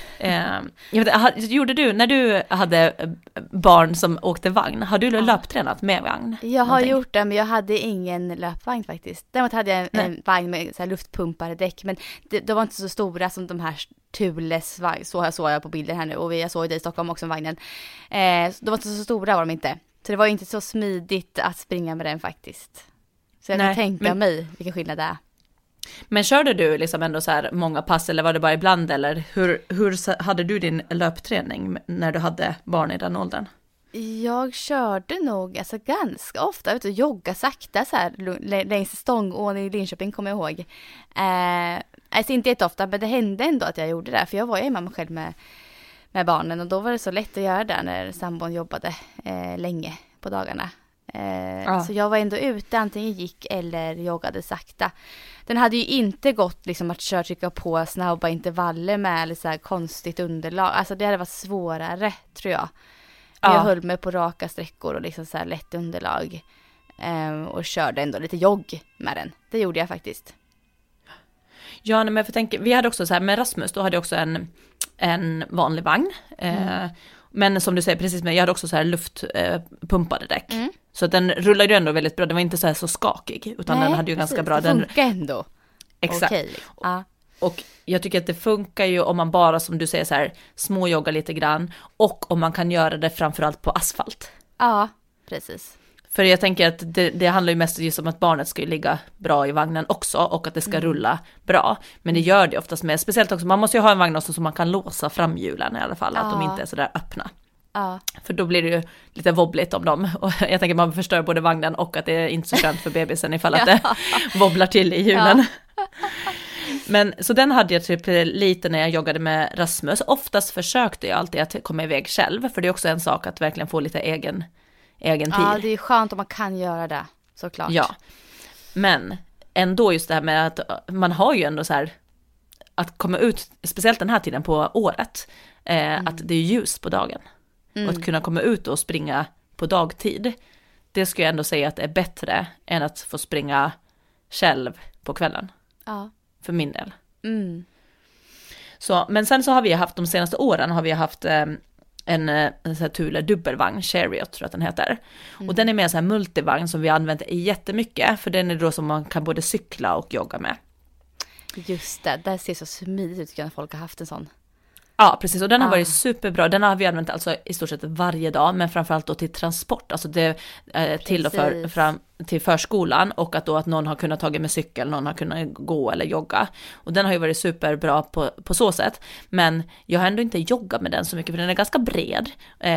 Speaker 2: Gjorde du, när du hade barn som åkte vagn, har du löptränat med vagn?
Speaker 3: Jag har gjort det, men jag hade ingen löpvagn faktiskt. Däremot hade jag en vagn med så här luftpumpare däck, men de var inte så stora som de här Thules vagn. Så såg jag på bilden här nu, och jag såg det i Stockholm också, vagnen. De var inte så stora, var de inte. Så det var inte så smidigt att springa med den faktiskt. Så jag kan tänka mig vilken skillnad det är.
Speaker 2: Men körde du liksom ändå så här många pass, eller var det bara ibland, eller hur hade du din löpträning när du hade barn i den åldern?
Speaker 3: Jag körde nog ganska ofta ut och jogga sakta så här längs Stångån i Linköping, kommer jag ihåg. Alltså inte jätteofta, men det hände ändå att jag gjorde det, för jag var ju mamma själv med barnen, och då var det så lätt att göra det när sambon jobbade länge på dagarna. Så jag var ändå ute, antingen gick eller joggade sakta. Den hade ju inte gått liksom att trycka på snabba intervaller med eller så här konstigt underlag. Alltså det hade varit svårare, tror jag. Jag höll mig på raka sträckor och liksom så här lätt underlag. Och körde ändå lite jogg med den. Det gjorde jag faktiskt. Ja, men jag tänker, vi hade också så här med Rasmus, då hade jag också en vanlig vagn. Men som du säger, precis, men jag hade också så här luftpumpade däck. Så den rullade ju ändå väldigt bra. Den var inte så skakig, utan den hade ju ganska bra. Det funkar ändå.
Speaker 2: Exakt.
Speaker 3: Okay.
Speaker 2: Och jag tycker att det funkar ju om man bara, som du säger, så här småjoggar lite grann. Och om man kan göra det framförallt på asfalt.
Speaker 3: Ja, precis.
Speaker 2: För jag tänker att det handlar ju mest just om att barnet ska ligga bra i vagnen också, och att det ska rulla bra. Men det gör det oftast med, speciellt också, man måste ju ha en vagn också som man kan låsa framhjulen i alla fall, att de inte är så där öppna. För då blir det ju lite wobbligt om dem. Och jag tänker att man förstör både vagnen och att det är inte så skönt för bebisen ifall att det wobblar till i hjulen. Men så den hade jag typ lite när jag joggade med Rasmus. Oftast försökte jag alltid att komma iväg själv, för det är också en sak att verkligen få lite egen tid.
Speaker 3: Ja, det är skönt om man kan göra det, såklart.
Speaker 2: Ja, men ändå just det här med att man har ju ändå så här, att komma ut, speciellt den här tiden på året, att det är ljus på dagen. Och att kunna komma ut och springa på dagtid, det skulle jag ändå säga att det är bättre än att få springa själv på kvällen. Ja. För min del. Så, men sen så har vi haft, de senaste åren har vi haft en så här Thule dubbelvagn, Chariot tror jag att den heter. Och den är mer så här multivagn som vi använt jättemycket, för den är då som man kan både cykla och jogga med.
Speaker 3: Just det, där ser så smidigt ut när folk har haft en sån.
Speaker 2: Ja, precis, och den har varit superbra. Den har vi använt alltså i stort sett varje dag, men framförallt då till transport, alltså det till och fram till förskolan, och att någon har kunnat ta med cykel, någon har kunnat gå eller jogga. Och den har ju varit superbra på så sätt, men jag har ändå inte joggat med den så mycket, för den är ganska bred.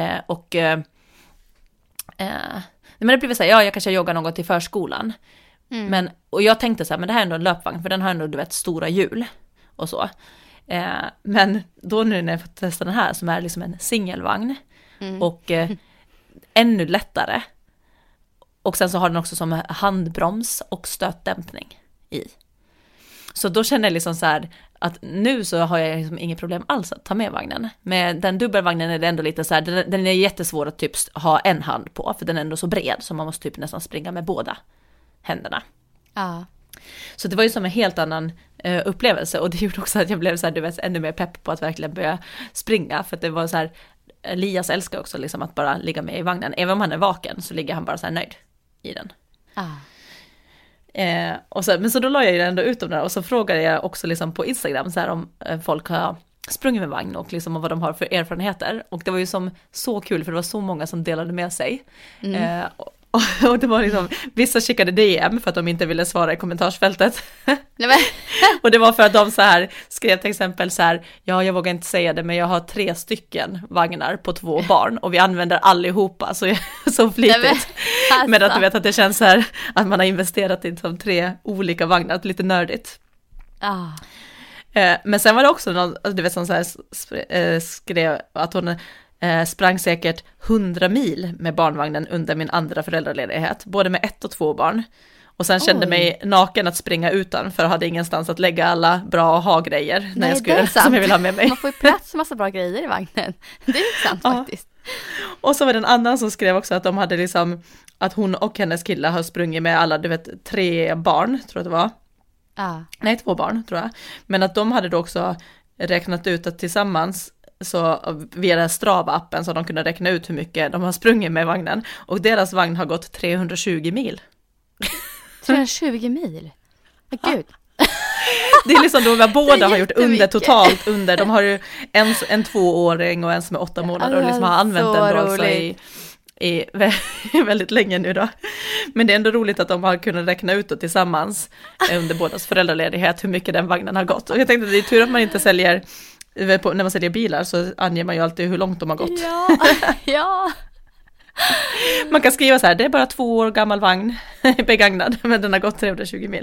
Speaker 2: Men det blir så här, jag kanske joggar något till förskolan. Men, och jag tänkte så här, men det här är ändå en löpvagn, för den har ändå, du vet, stora hjul och så. Men då nu när jag fått testa den här, som är liksom en singelvagn och ännu lättare, och sen så har den också som handbroms och stötdämpning i. Så då känner jag liksom så här att nu så har jag liksom inget problem alls att ta med vagnen. Med den dubbelvagnen är det ändå lite så här, den är jättesvår att typ ha en hand på, för den är ändå så bred så man måste typ nästan springa med båda händerna. Ja. Så det var ju som en helt annan upplevelse, och det gjorde också att jag blev så här, du vet, ännu mer pepp på att verkligen börja springa, för att det var så här, Elias älskar också liksom att bara ligga med i vagnen, även om han är vaken så ligger han bara så här nöjd i den. Och så, men så då la jag ju ändå ut om det, och så frågade jag också liksom på Instagram så här om folk har sprungit med vagn och liksom vad de har för erfarenheter, och det var ju som så kul, för det var så många som delade med sig. Och det var liksom, vissa skickade DM för att de inte ville svara i kommentarsfältet. Och det var för att de så här skrev till exempel så här, ja, jag vågar inte säga det, men jag har 3 stycken vagnar på 2 barn och vi använder allihopa så flitigt. Men att du vet att det känns så här att man har investerat i 3 olika vagnar, lite nördigt. Men sen var det också någon, du vet, som så här skrev att hon sprang säkert 100 mil med barnvagnen under min andra föräldraledighet, både med 1 och 2 barn. Och sen kände mig naken att springa utan, för jag hade ingenstans att lägga alla bra ha-grejer när jag skulle, som jag vill ha med mig.
Speaker 3: Man får ju plats med massa bra grejer i vagnen. Det är sant faktiskt.
Speaker 2: Och så var det en annan som skrev också att de hade liksom, att hon och hennes kille har sprungit med alla, du vet, 3 barn, tror jag det var. Nej, 2 barn, tror jag. Men att de hade då också räknat ut att tillsammans, så via Strava-appen, så de kunde räkna ut hur mycket de har sprungit med vagnen. Och deras vagn har gått 320 mil.
Speaker 3: 320 mil? Men gud.
Speaker 2: Det är liksom de båda har gjort under totalt under. De har ju en 2-åring och en som är 8 månader och liksom har använt den då också i väldigt länge nu då. Men det är ändå roligt att de har kunnat räkna ut det tillsammans under bådas föräldraledighet hur mycket den vagnen har gått. Och jag tänkte att det är tur att man inte säljer, när man säljer bilar så anger man ju alltid hur långt de har gått.
Speaker 3: Ja.
Speaker 2: Man kan skriva så här, det är bara 2 år gammal vagn begagnad, men den har gått 320 mil.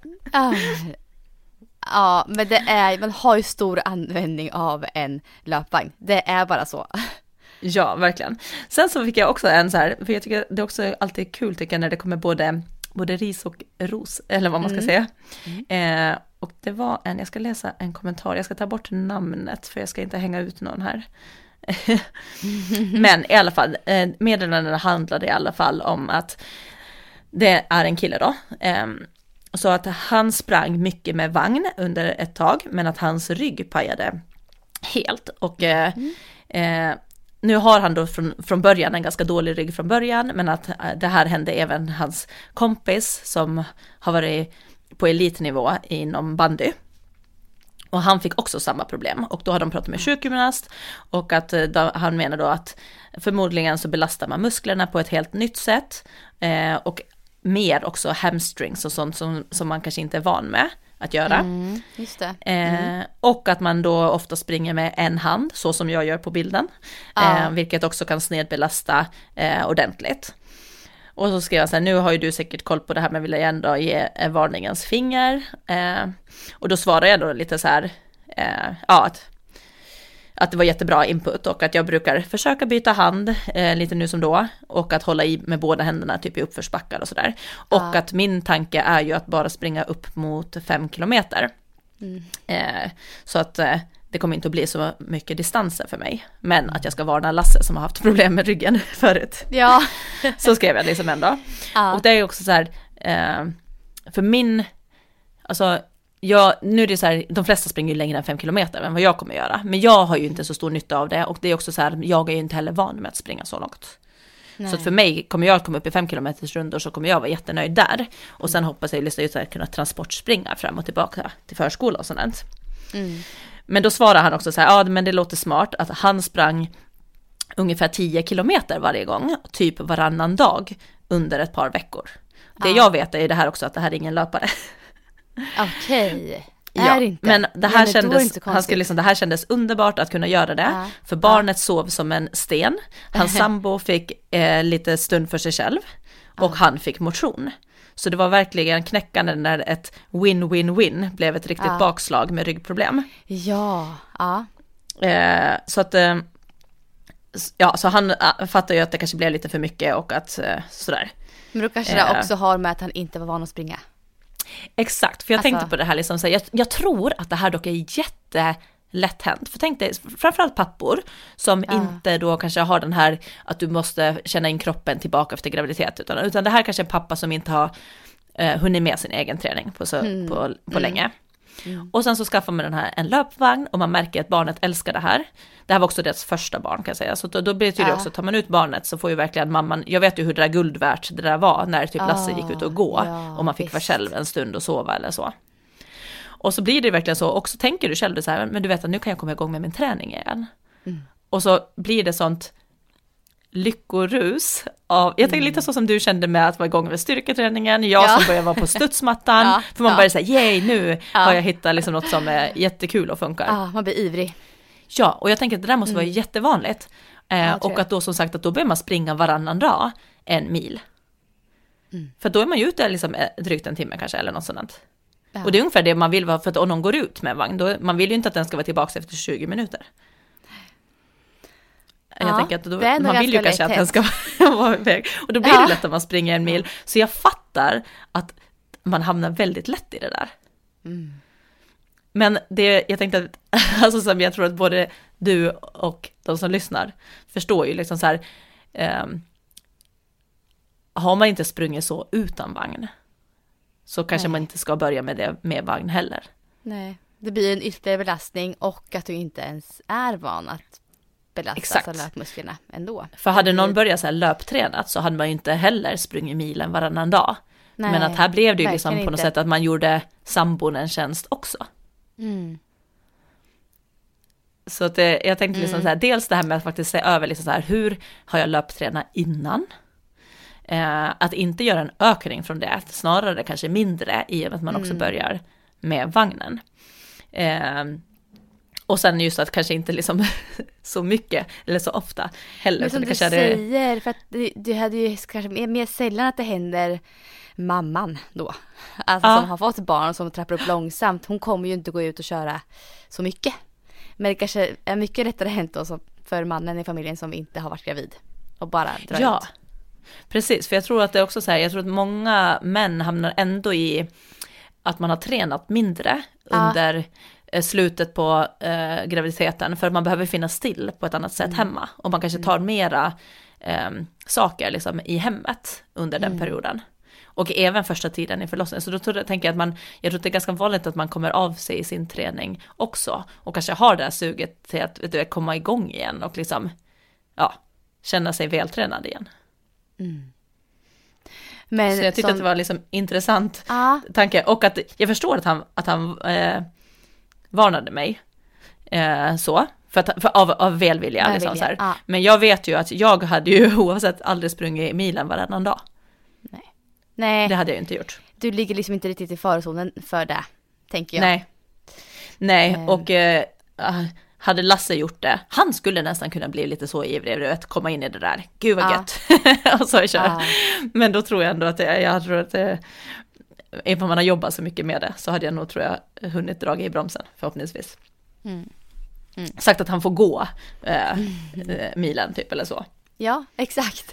Speaker 3: Ja, men man har ju stor användning av en löpvagn. Det är bara så.
Speaker 2: Ja, verkligen. Sen så fick jag också en så här, för jag tycker det är också alltid kul tycker jag, när det kommer både ris och ros, eller vad man ska säga. Och det var jag ska läsa en kommentar, jag ska ta bort namnet för jag ska inte hänga ut någon här. Men i alla fall, meddelandena handlade i alla fall om att det är en kille då. Så att han sprang mycket med vagn under ett tag, men att hans rygg pajade helt. Och nu har han då från början en ganska dålig rygg från början, men att det här hände även hans kompis som har varit på elitnivå inom bandy. Och han fick också samma problem. Och då har de pratat med sjukgymnast och att han menar då att förmodligen så belastar man musklerna på ett helt nytt sätt. Och mer också hamstrings och sånt som man kanske inte är van med att göra.
Speaker 3: Just det.
Speaker 2: Och att man då ofta springer med en hand, så som jag gör på bilden. Vilket också kan snedbelasta ordentligt. Och så skrev jag så här, nu har ju du säkert koll på det här, men vill jag ändå ge varningens finger. Och då svarade jag då lite så här, att det var jättebra input och att jag brukar försöka byta hand lite nu som då, och att hålla i med båda händerna typ i uppförsbackar och sådär. Och att min tanke är ju att bara springa upp mot 5 kilometer. Så att det kommer inte att bli så mycket distanser för mig. Men att jag ska varna Lasse som har haft problem med ryggen förut.
Speaker 3: Ja.
Speaker 2: Så skrev jag liksom ändå. Och det är också så här, för min, alltså nu är det så här, de flesta springer ju längre än 5 kilometer än vad jag kommer göra. Men jag har ju inte så stor nytta av det. Och det är också så här, jag är ju inte heller van med att springa så långt. Nej. Så att för mig, kommer jag komma upp i 5 kilometers rundor så kommer jag vara jättenöjd där. Och sen hoppas jag att kunna transportspringa fram och tillbaka till förskola och sånt. Men då svarar han också så här, men det låter smart att han sprang ungefär 10 kilometer varje gång, typ varannan dag under ett par veckor. Det jag vet är det här också, att det här är ingen löpare.
Speaker 3: Okej.
Speaker 2: Ja, men det här det här kändes underbart att kunna göra det. För barnet sov som en sten. Hans sambo fick lite stund för sig själv. Och han fick motion. Så det var verkligen knäckande när ett win-win-win blev ett riktigt bakslag med ryggproblem. Så att så han fattar ju att det kanske blev lite för mycket och att sådär.
Speaker 3: Men då kanske det också har med att han inte var van att springa.
Speaker 2: Exakt, för jag tänkte på det här liksom, så jag tror att det här dock är jättelätt hänt. För tänk dig, framförallt pappor som inte då kanske har den här att du måste känna in kroppen tillbaka efter graviditet, utan det här kanske är en pappa som inte har hunnit med sin egen träning på länge. Och sen så skaffar man en löpvagn och man märker att barnet älskar det här. Det här var också deras första barn, kan jag säga. Så då betyder det också, tar man ut barnet så får ju verkligen mamman, jag vet ju hur det där guld värt det där var när typ Lasse gick ut och gå och man fick vara själv en stund och sova eller så. Och så blir det verkligen så, och så tänker du själv så här, men du vet att nu kan jag komma igång med min träning igen. Och så blir det sånt lyckorus av, jag tänker lite så som du kände med att vara igång med styrketräningen, jag som började vara på studsmattan, för man börjar säga, yay, nu har jag hittat liksom något som är jättekul och funkar.
Speaker 3: Ja, man blir ivrig.
Speaker 2: Ja, och jag tänker att det där måste vara jättevanligt. Och att då som sagt att då börjar man springa varannan dag 1 mil. För då är man ju ute liksom drygt en timme kanske eller något sådant. Ja. Och det är ungefär det man vill vara, för att om någon går ut med en vagn, då, man vill ju inte att den ska vara tillbaka efter 20 minuter. Jag tänker att då, man vill ju kanske att den ska vara iväg. Och då blir det lätt att man springer 1 mil. Så jag fattar att man hamnar väldigt lätt i det där. Men det, jag tänkte att, alltså som jag tror att både du och de som lyssnar förstår ju liksom så här, har man inte sprungit så utan vagn, så kanske man inte ska börja med det med vagn heller. Nej,
Speaker 3: det blir en ytterligare belastning och att du inte ens är van att belasta löpmusklerna ändå.
Speaker 2: För hade någon börjat så här löptränat så hade man ju inte heller sprungit milen varannan dag. Nej, men att här blev det ju liksom på något sätt att man gjorde sambon en tjänst också. Så att jag tänkte liksom så här, dels det här med att faktiskt se över liksom så här, hur har jag löptränat innan? Att inte göra en ökning från det, snarare kanske mindre i och med att man också börjar med vagnen. Och sen just att kanske inte liksom så mycket eller så ofta heller.
Speaker 3: Men som
Speaker 2: det
Speaker 3: du säger, för att det hade ju kanske mer sällan att det händer mamman då. Alltså som har fått barn som trappar upp långsamt. Hon kommer ju inte gå ut och köra så mycket. Men det kanske är mycket lättare hänt då för mannen i familjen som inte har varit gravid. Och bara drar ut.
Speaker 2: Precis, för jag tror att det är också så här, jag tror att många män hamnar ändå i att man har tränat mindre under slutet på graviditeten, för man behöver finnas still på ett annat sätt hemma, och man kanske tar mera saker liksom i hemmet under den perioden, och även första tiden i förlossningen. Så då tänker jag att jag tror att det är ganska vanligt att man kommer av sig i sin träning också, och kanske har det här suget till att komma igång igen och liksom känna sig vältränad igen. Men så jag tyckte att det var liksom intressant tanke, och att jag förstår att han varnade mig av välvilja liksom, så här. Men jag vet ju att jag hade ju oavsett aldrig sprungit milen varannan dag. Nej. Det hade jag inte gjort.
Speaker 3: Du ligger liksom inte riktigt i farozonen för det, tänker jag.
Speaker 2: Nej. Och hade Lasse gjort det, han skulle nästan kunna bli lite så ivrig att komma in i det där. Gud vad gött. Och så kör. Men då tror jag ändå att även om man har jobbat så mycket med det, så hade jag nog, tror jag, hunnit dra i bromsen förhoppningsvis. Sagt att han får gå milen typ eller så.
Speaker 3: Ja, exakt.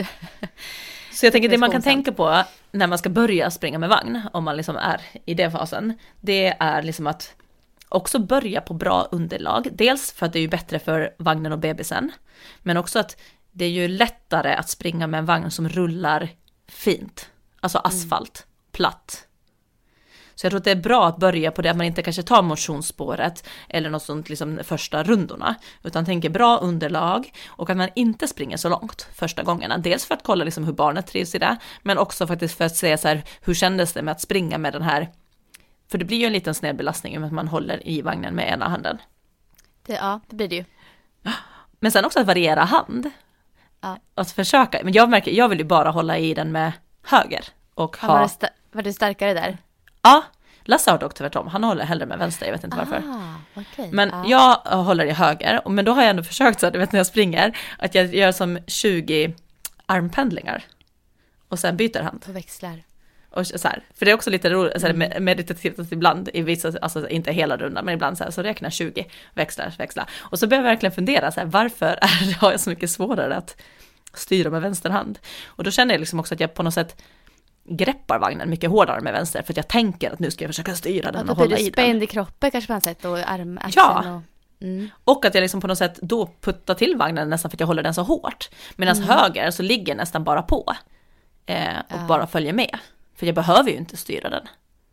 Speaker 2: Så jag tänker det man kan tänka på när man ska börja springa med vagn, om man liksom är i den fasen, det är liksom att också börja på bra underlag. Dels för att det är ju bättre för vagnen och bebisen, men också att det är ju lättare att springa med en vagn som rullar fint. Alltså asfalt, platt. Så jag tror att det är bra att börja på det, att man inte kanske tar motionsspåret eller något sånt liksom första rundorna, utan tänker bra underlag, och att man inte springer så långt första gångerna. Dels för att kolla liksom hur barnet trivs i det, men också faktiskt för att se så här, hur kändes det med att springa med den här. För det blir ju en liten snedbelastning om att man håller i vagnen med ena handen.
Speaker 3: Det blir det ju.
Speaker 2: Men sen också att variera hand. Att försöka. Men jag vill ju bara hålla i den med höger. Och
Speaker 3: var det starkare där?
Speaker 2: Ja, Lasse har dock tvärtom. Han håller hellre med vänster, jag vet inte varför.
Speaker 3: Okay.
Speaker 2: Men jag håller i höger. Men då har jag ändå försökt, så du vet när jag springer, att jag gör som 20 armpendlingar. Och sen byter hand.
Speaker 3: Och växlar.
Speaker 2: Och så här, för det är också lite roligt, så här, meditativt att ibland i vissa, alltså inte hela rundan, men ibland så räknar 20, växla. Och så börjar jag verkligen fundera så här, varför har jag så mycket svårare att styra med vänster hand? Och då känner jag liksom också att jag på något sätt greppar vagnen mycket hårdare med vänster, för att jag tänker att nu ska jag försöka styra den och hålla i den.
Speaker 3: Spänd i kroppen kanske på något sätt, och axeln
Speaker 2: och att jag liksom på något sätt då puttar till vagnen nästan för att jag håller den så hårt. Medan höger så ligger nästan bara på och bara följer med. För jag behöver ju inte styra den.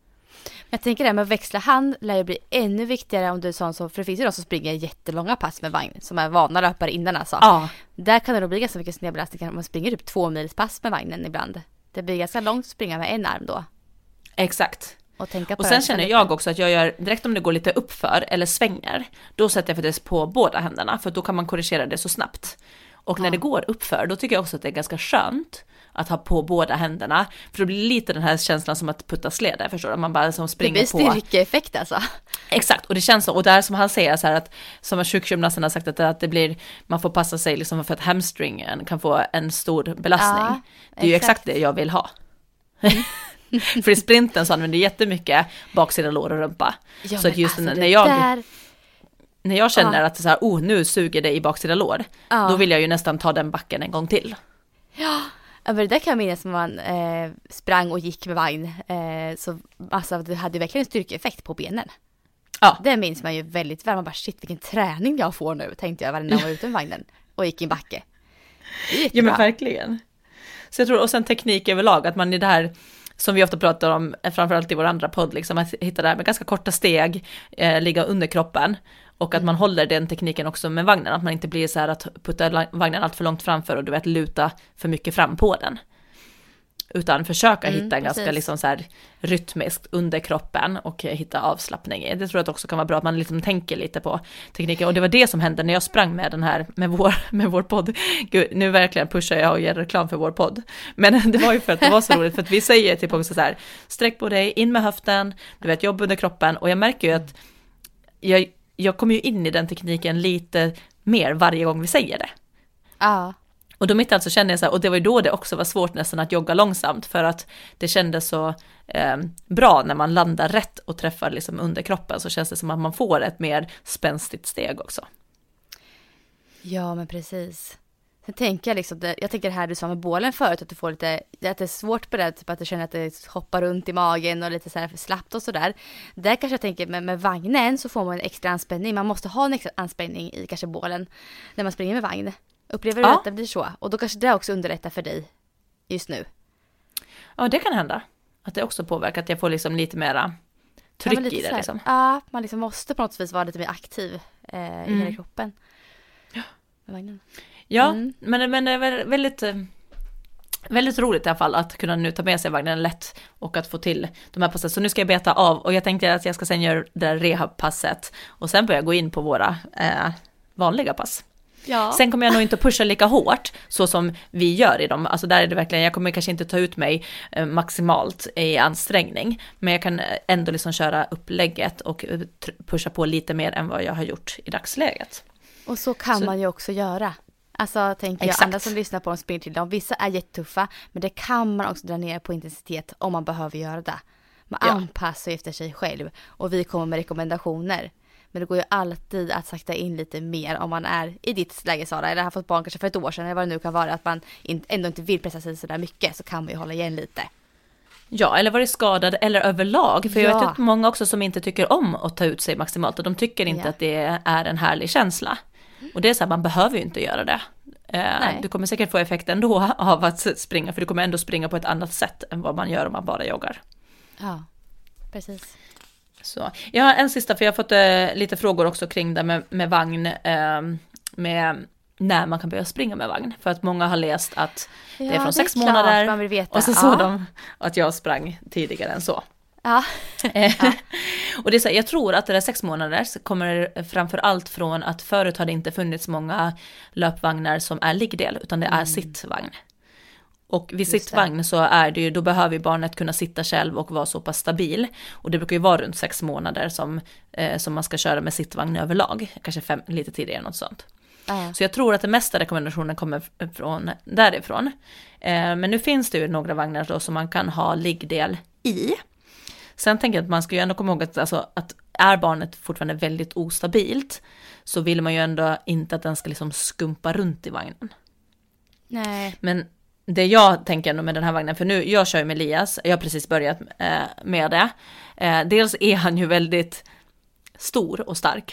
Speaker 3: Jag tänker det med att växla hand lär ju bli ännu viktigare om du är sån som, för det finns ju de som springer jättelånga pass med vagn, som är vana löpare innan alltså. Där kan det då bli ganska mycket snedbelastning. Man springer typ 2 mils pass med vagnen ibland. Det blir ganska långt att springa med en arm då.
Speaker 2: Exakt.
Speaker 3: Och
Speaker 2: sen känner jag också att jag gör, direkt om det går lite uppför eller svänger, då sätter jag faktiskt på båda händerna, för då kan man korrigera det så snabbt. Och när det går uppför, då tycker jag också att det är ganska skönt att ha på båda händerna. För det blir lite den här känslan som att putta släde, förstår du? Man bara som springer på.
Speaker 3: Det blir styrkeeffekt alltså.
Speaker 2: Exakt, och det känns så. Och där som han säger så här att, som sjukgymnasten har sagt att det blir, man får passa sig liksom för att hamstringen kan få en stor belastning. Ja, det är ju exakt det jag vill ha. För i sprinten så använder jag jättemycket baksida lår och rumpa. Ja, så att just alltså när jag känner att det så här, nu suger det i baksida lår, då vill jag ju nästan ta den backen en gång till.
Speaker 3: Ja, men det där kan jag minnas som man sprang och gick med vagn. Så alltså, det hade ju verkligen en styrkeeffekt på benen. Ja. Det minns man ju väldigt väl. Man bara, shit, vilken träning jag får nu, tänkte jag när jag var ute med vagnen och gick i en backe.
Speaker 2: Ja, men verkligen. Så jag tror, och sen teknik överlag, att man i det här som vi ofta pratar om, framförallt i vår andra podd, liksom, att hitta det här med ganska korta steg, ligga under kroppen, och att man håller den tekniken också med vagnen, att man inte blir så här att putta vagnen allt för långt framför och du vet luta för mycket fram på den. Utan försöka hitta en ganska liksom så här rytmiskt under kroppen och hitta avslappning i. Det tror jag att också kan vara bra att man liksom tänker lite på tekniken. Och det var det som hände när jag sprang med den här, med vår podd. Gud, nu verkligen pushar jag och ger reklam för vår podd. Men det var ju för att det var så roligt, för att vi säger typ också så här, sträck på dig, in med höften, du vet, jobb under kroppen. Och jag märker ju att jag kommer ju in i den tekniken lite mer varje gång vi säger det.
Speaker 3: Ja.
Speaker 2: Och då mitt alltså kände jag så här, och det var ju då det också var svårt nästan att jogga långsamt, för att det kändes så bra när man landar rätt och träffar liksom under kroppen, så känns det som att man får ett mer spänstigt steg också.
Speaker 3: Ja, men precis. Sen tänker jag liksom, jag tänker det här du sa med bålen förut, att du får lite, att det är svårt på det, typ att du känner att det hoppar runt i magen och lite så här slappt och sådär. Där kanske jag tänker med vagnen så får man en extra anspänning, man måste ha en extra anspänning i kanske bålen när man springer med vagn. Upplever du att det blir så? Och då kanske det också underlättar för dig just nu.
Speaker 2: Ja, det kan hända. Att det också påverkar, att jag får liksom lite mera tryck i det. Liksom.
Speaker 3: Ja, man liksom måste på något vis vara lite mer aktiv i hela kroppen.
Speaker 2: Ja,
Speaker 3: med vagnen.
Speaker 2: Ja, men det är väldigt, väldigt roligt i alla fall att kunna nu ta med sig vagnen lätt och att få till de här passen. Så nu ska jag beta av, och jag tänkte att jag ska sen göra det rehabpasset och sen börja gå in på våra vanliga pass.
Speaker 3: Ja.
Speaker 2: Sen kommer jag nog inte att pusha lika hårt så som vi gör i dem. Alltså där är det verkligen, jag kommer kanske inte ta ut mig maximalt i ansträngning, men jag kan ändå liksom köra upplägget och pusha på lite mer än vad jag har gjort i dagsläget.
Speaker 3: Och så kan man ju också göra. Alltså tänker jag, andra som lyssnar på en spring till dem, vissa är jättetuffa, men det kan man också dra ner på intensitet om man behöver göra det. Man anpassar efter sig själv, och vi kommer med rekommendationer. Men det går ju alltid att sakta in lite mer om man är i ditt läge, Sara, eller har fått barn kanske för ett år sedan, eller vad det nu kan vara, att man ändå inte vill pressa sig så där mycket, så kan man ju hålla igen lite. Ja,
Speaker 2: eller varit skadad eller överlag, för jag vet ju många också som inte tycker om att ta ut sig maximalt, och de tycker inte att det är en härlig känsla. Och det är så här, man behöver ju inte göra det. Du kommer säkert få effekt ändå av att springa, för du kommer ändå springa på ett annat sätt än vad man gör om man bara joggar.
Speaker 3: Ja, precis.
Speaker 2: Så. Jag har en sista, för jag har fått lite frågor också kring det med vagn, med när man kan börja springa med vagn. För att många har läst att det är från 6 månader, man vill veta. Och så såg de att jag sprang tidigare än så.
Speaker 3: Ja.
Speaker 2: Och det är så, jag tror att det där 6 månader kommer framför allt från att förut hade inte funnits många löpvagnar som är liggdel, utan det är sittvagn. Och vid sittvagn så är det ju, då behöver barnet kunna sitta själv och vara så pass stabil. Och det brukar ju vara runt 6 månader som man ska köra med sittvagn överlag. Kanske 5, lite tidigare, något sånt. Så jag tror att det mesta rekommendationen kommer därifrån. Men nu finns det ju några vagnar då som man kan ha liggdel i. Sen tänker jag att man ska ju ändå komma ihåg att är barnet fortfarande väldigt ostabilt, så vill man ju ändå inte att den ska liksom skumpa runt i vagnen.
Speaker 3: Nej.
Speaker 2: Men det jag tänker ändå med den här vagnen, för nu, jag kör ju med Elias, jag har precis börjat med det. Dels är han ju väldigt stor och stark.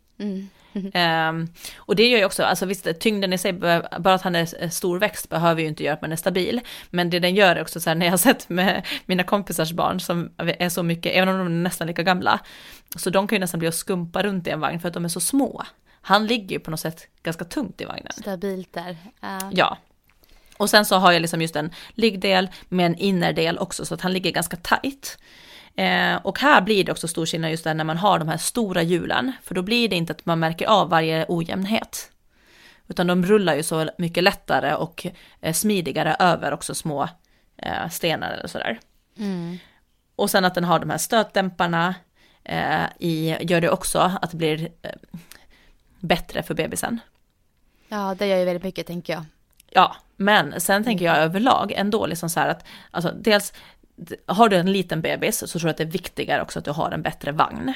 Speaker 2: Och det gör ju också, alltså visst, tyngden i sig, bara att han är stor växt behöver ju inte göra att man är stabil, men det den gör är också så här, när jag har sett med mina kompisars barn som är så mycket, även om de är nästan lika gamla, så de kan ju nästan bli att skumpa runt i en vagn för att de är så små. Han ligger ju på något sätt ganska tungt i vagnen.
Speaker 3: Stabilt där.
Speaker 2: Ja. Och sen så har jag liksom just en liggdel med en innerdel också, så att han ligger ganska tajt. Och här blir det också stor skillnad just där när man har de här stora hjulen, för då blir det inte att man märker av varje ojämnhet. Utan de rullar ju så mycket lättare och smidigare över också små stenar eller sådär. Och sen att den har de här stötdämparna gör det också att det blir bättre för bebisen.
Speaker 3: Ja, det gör ju väldigt mycket, tänker jag.
Speaker 2: Ja, men sen tänker jag överlag ändå liksom så här att, alltså dels har du en liten bebis så tror jag att det är viktigare också att du har en bättre vagn.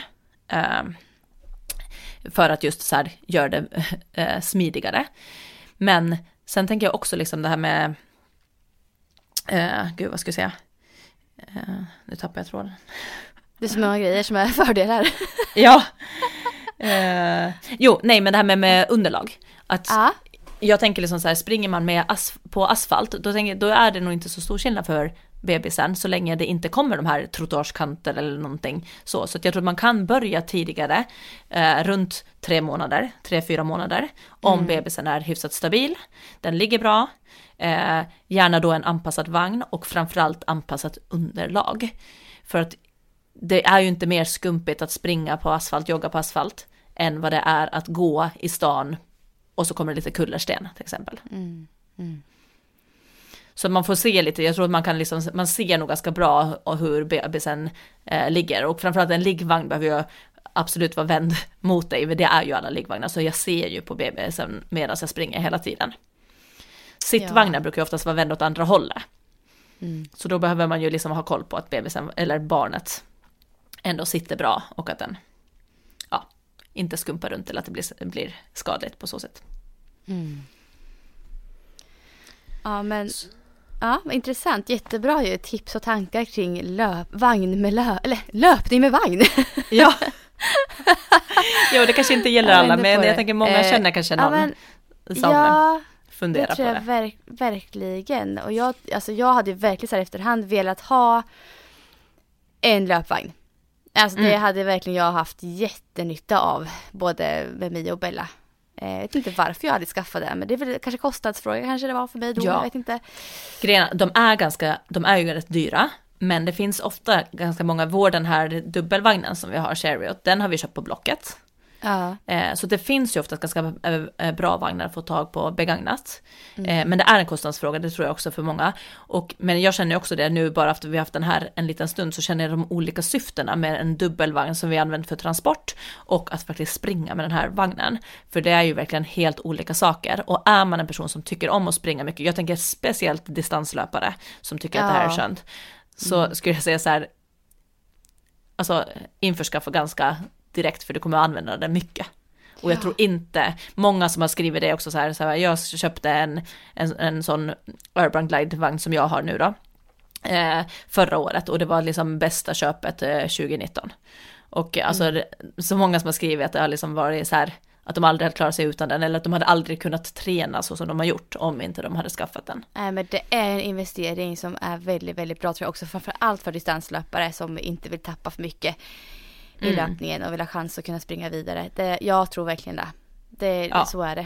Speaker 2: För att just så här gör det smidigare. Men sen tänker jag också liksom det här med gud, vad ska jag säga? Nu tappar jag tråden.
Speaker 3: Det är så många grejer som är fördelar.
Speaker 2: Ja. Men det här med underlag. Att jag tänker liksom så här, springer man med på asfalt, då är det nog inte så stor skillnad för bebisen så länge det inte kommer de här trottoarskanter eller någonting så att jag tror att man kan börja tidigare runt 3-4 månader om bebisen är hyfsat stabil, den ligger bra, gärna då en anpassad vagn och framförallt anpassat underlag, för att det är ju inte mer skumpigt att springa på asfalt, jogga på asfalt än vad det är att gå i stan och så kommer det lite kullersten till exempel. Så man får se lite, jag tror att man kan liksom, man ser nog ganska bra hur bebisen ligger, och framförallt en liggvagn behöver ju absolut vara vänd mot dig, för det är ju alla liggvagnar, så jag ser ju på bebisen medan jag springer hela tiden. Sittvagnar brukar ju oftast vara vänd åt andra hållet. Så då behöver man ju liksom ha koll på att bebisen eller barnet ändå sitter bra och att den inte skumpar runt eller att det blir skadligt på så sätt.
Speaker 3: Ja, men vad intressant. Jättebra ju tips och tankar kring löpning med vagn.
Speaker 2: Ja. Jo, det kanske inte gäller alla, men jag tänker många känner kanske någon som funderar på det. Ja, det tror jag
Speaker 3: verkligen. Och jag hade verkligen så här efterhand velat ha en löpvagn. Alltså det hade verkligen jag haft jättenytta av, både med mig och Bella. Jag vet inte varför jag hade skaffat det, men det är väl kanske kostnadsfråga kanske det var för mig då, jag vet inte.
Speaker 2: Grejerna, de är ju rätt dyra, men det finns ofta ganska många, den här dubbelvagnen som vi har, Chariot, den har vi köpt på Blocket. Så det finns ju ofta ganska bra vagnar att få tag på begagnat. Men det är en kostnadsfråga, det tror jag också för många. Men jag känner ju också det nu, bara efter vi har haft den här en liten stund, så känner jag de olika syftena med en dubbelvagn som vi använder för transport och att faktiskt springa med den här vagnen. För det är ju verkligen helt olika saker. Och är man en person som tycker om att springa mycket, jag tänker speciellt distanslöpare som tycker att det här är skönt, så skulle jag säga så här, alltså införskaffa ganska direkt, för du kommer att använda det mycket. Och jag tror inte, många som har skrivit det också så här, jag köpte en sån Urban Glide-vagn som jag har nu då, förra året, och det var liksom bästa köpet 2019. Och alltså så många som har skrivit att det har liksom varit så här, att de aldrig hade klarat sig utan den, eller att de hade aldrig kunnat träna så som de har gjort om inte de hade skaffat den.
Speaker 3: Nej, men det är en investering som är väldigt, väldigt bra, tror jag också, framförallt för distanslöpare som inte vill tappa för mycket i löpningen och vill ha chans att kunna springa vidare. Jag tror verkligen det. Så är det.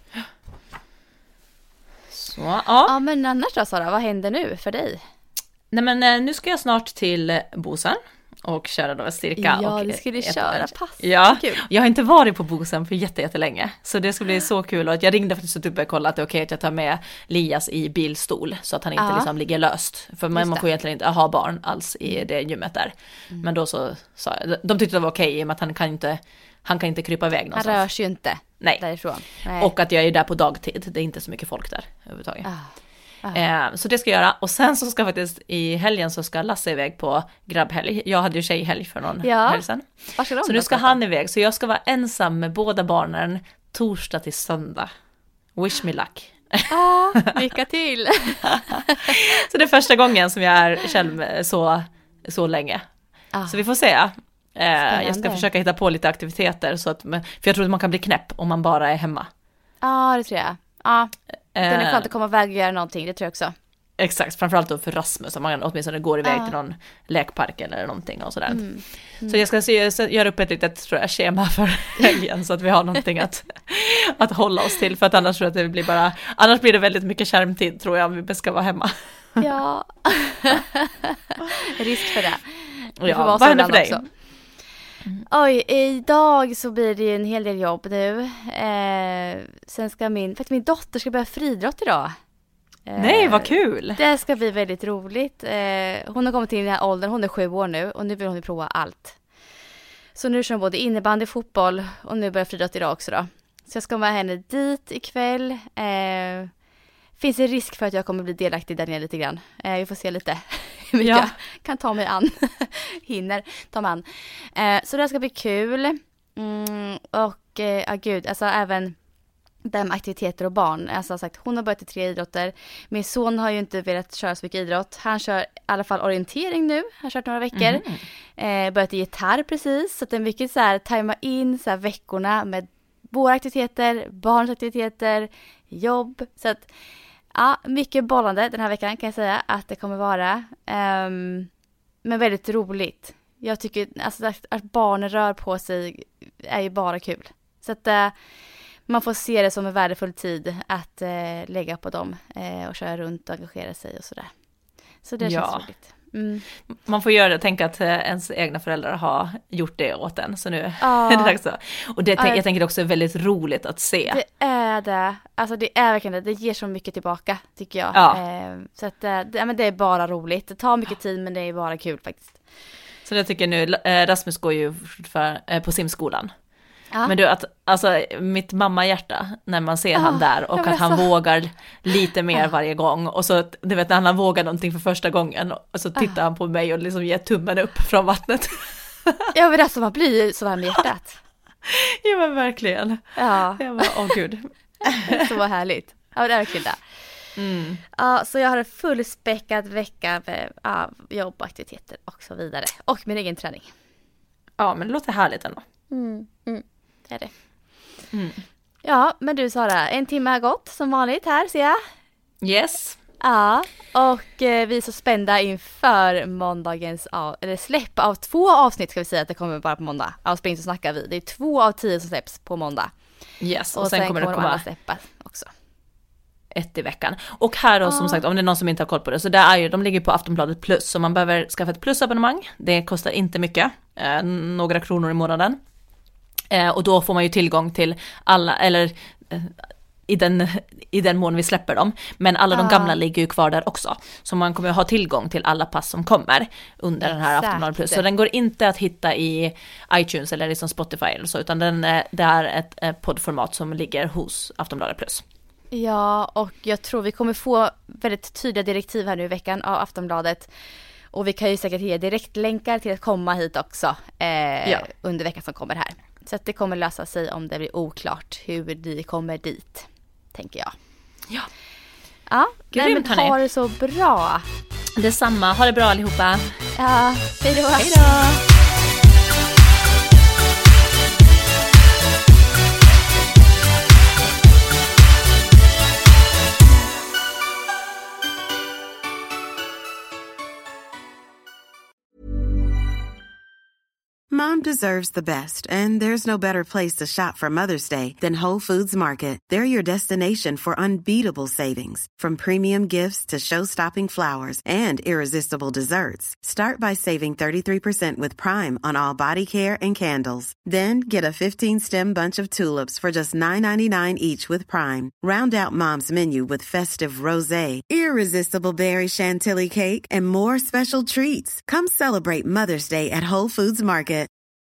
Speaker 3: Så, ja, men annars då, Sara, vad händer nu för dig?
Speaker 2: Nej, men nu ska jag snart till Bosön och köra då styrka.
Speaker 3: Ja, du skulle köra pass.
Speaker 2: Ja, jag har inte varit på Bosön för jättelänge, så det ska bli så kul. Och jag ringde faktiskt och kollade att det är okej att jag tar med Lias i bilstol så att han inte liksom ligger löst. För man får egentligen inte ha barn alls i det gymmet där. Men då så sa jag, de tyckte det var okej, i och med att han kan inte krypa iväg någonstans.
Speaker 3: Han rör sig ju inte därifrån. Nej.
Speaker 2: Och att jag är där på dagtid, det är inte så mycket folk där överhuvudtaget. Så det ska jag göra. Och sen så ska faktiskt i helgen så ska Lasse iväg på grabbhelg. Jag hade ju tjejhelg för någon helg sedan. Så nu ska han iväg. Så jag ska vara ensam med båda barnen torsdag till söndag. Wish me luck.
Speaker 3: Lycka till.
Speaker 2: Så det är första gången som jag är själv så länge. Så vi får se. Jag ska försöka hitta på lite aktiviteter. För jag tror att man kan bli knäpp om man bara är hemma.
Speaker 3: Ja, det tror jag. Ja. Den är skönt att komma iväg och göra någonting, det tror jag också.
Speaker 2: Exakt, framförallt då för Rasmus, om man åtminstone går iväg till någon lekpark eller någonting och sådär. Så jag ska göra upp ett litet, tror jag, schema för helgen så att vi har någonting att hålla oss till, för att annars tror jag att annars blir det väldigt mycket skärmtid, tror jag, om vi ska vara hemma.
Speaker 3: Risk för det.
Speaker 2: Ja, vad händer för dig? Också.
Speaker 3: Oj, idag så blir det ju en hel del jobb nu. Sen ska min dotter ska börja friidrott idag.
Speaker 2: Nej, vad kul!
Speaker 3: Det ska bli väldigt roligt. Hon har kommit till den här åldern, hon är 7 år nu och nu vill hon prova allt. Så nu kör hon både innebandy, fotboll och nu börjar friidrott idag också då. Så jag ska med henne dit ikväll. Finns en risk för att jag kommer bli delaktig där nere lite grann. Vi får se lite hur mycket jag kan ta mig an. Hinner ta mig an. Så det ska bli kul. Och gud, alltså även det med aktiviteter och barn. Alltså sagt, hon har börjat i 3 idrotter. Min son har ju inte velat köra så mycket idrott. Han kör i alla fall orientering nu. Han har kört några veckor. Börjat i gitarr precis. Så det är mycket så här, tajma in så här veckorna med våra aktiviteter, barns aktiviteter, jobb. Så att, ja, mycket bollande den här veckan kan jag säga att det kommer vara. Men väldigt roligt. Jag tycker alltså, att barnen rör på sig är ju bara kul. Så att man får se det som en värdefull tid att lägga på dem och köra runt och engagera sig och sådär. Så det känns roligt.
Speaker 2: Man får göra det, tänka att ens egna föräldrar har gjort det åt en, så nu är det dags så. Och det, jag tänker också är väldigt roligt att se.
Speaker 3: Det är det, alltså det är verkligen det ger så mycket tillbaka tycker jag. Så att men det är bara roligt, det tar mycket tid men det är bara kul faktiskt.
Speaker 2: Så jag tycker nu, Rasmus går ju på simskolan.
Speaker 3: Ja.
Speaker 2: Men du, alltså mitt mammahjärta när man ser han där och att han vågar lite mer varje gång och så du vet när han vågar någonting för första gången och så tittar han på mig och liksom ger tummen upp från vattnet.
Speaker 3: Ja, men alltså man blir så här med hjärtat.
Speaker 2: Ja men verkligen.
Speaker 3: Ja.
Speaker 2: Jag bara, gud.
Speaker 3: Så härligt. Ja, det är verkligen det. Ja, så jag har en fullspäckad vecka med jobb, aktiviteter och så vidare. Och min egen träning.
Speaker 2: Ja, men det låter härligt ändå.
Speaker 3: Det är det. Ja, men du Sara, 1 timme har gått som vanligt här ser jag.
Speaker 2: Yes.
Speaker 3: Ja, och vi är så spända inför måndagens släpp av 2 avsnitt ska vi säga att det kommer bara på måndag. Av Spring så snackar vi. Det är 2 av 10 som släpps på måndag.
Speaker 2: Yes, och sen kommer det komma
Speaker 3: alla släppas också.
Speaker 2: 1 i veckan. Och här då som sagt, om det är någon som inte har koll på det, så där är ju, de ligger på Aftonbladet Plus, så man behöver skaffa ett plusabonnemang. Det kostar inte mycket, några kronor i månaden. Och då får man ju tillgång till alla, eller i den mån vi släpper dem. Men alla de gamla ligger ju kvar där också. Så man kommer ha tillgång till alla pass som kommer under den här Aftonbladet Plus. Så den går inte att hitta i iTunes eller liksom Spotify eller så, utan det är ett poddformat som ligger hos Aftonbladet Plus.
Speaker 3: Ja, och jag tror vi kommer få väldigt tydliga direktiv här nu i veckan av Aftonbladet. Och vi kan ju säkert ge direktlänkar till att komma hit också under veckan som kommer här. Så att det kommer lösa sig om det blir oklart hur ni kommer dit, tänker jag. Ja,
Speaker 2: grymt,
Speaker 3: men ha det så bra.
Speaker 2: Detsamma, ha det bra allihopa.
Speaker 3: Ja, hej då.
Speaker 2: Hej då.
Speaker 4: Mom deserves the best, and there's no better place to shop for Mother's Day than Whole Foods Market. They're your destination for unbeatable savings, from premium gifts to show-stopping flowers and irresistible desserts. Start by saving 33% with Prime on all body care and candles. Then get a 15-stem bunch of tulips for just $9.99 each with Prime. Round out Mom's menu with festive rosé, irresistible berry chantilly cake, and more special treats. Come celebrate Mother's Day at Whole Foods Market.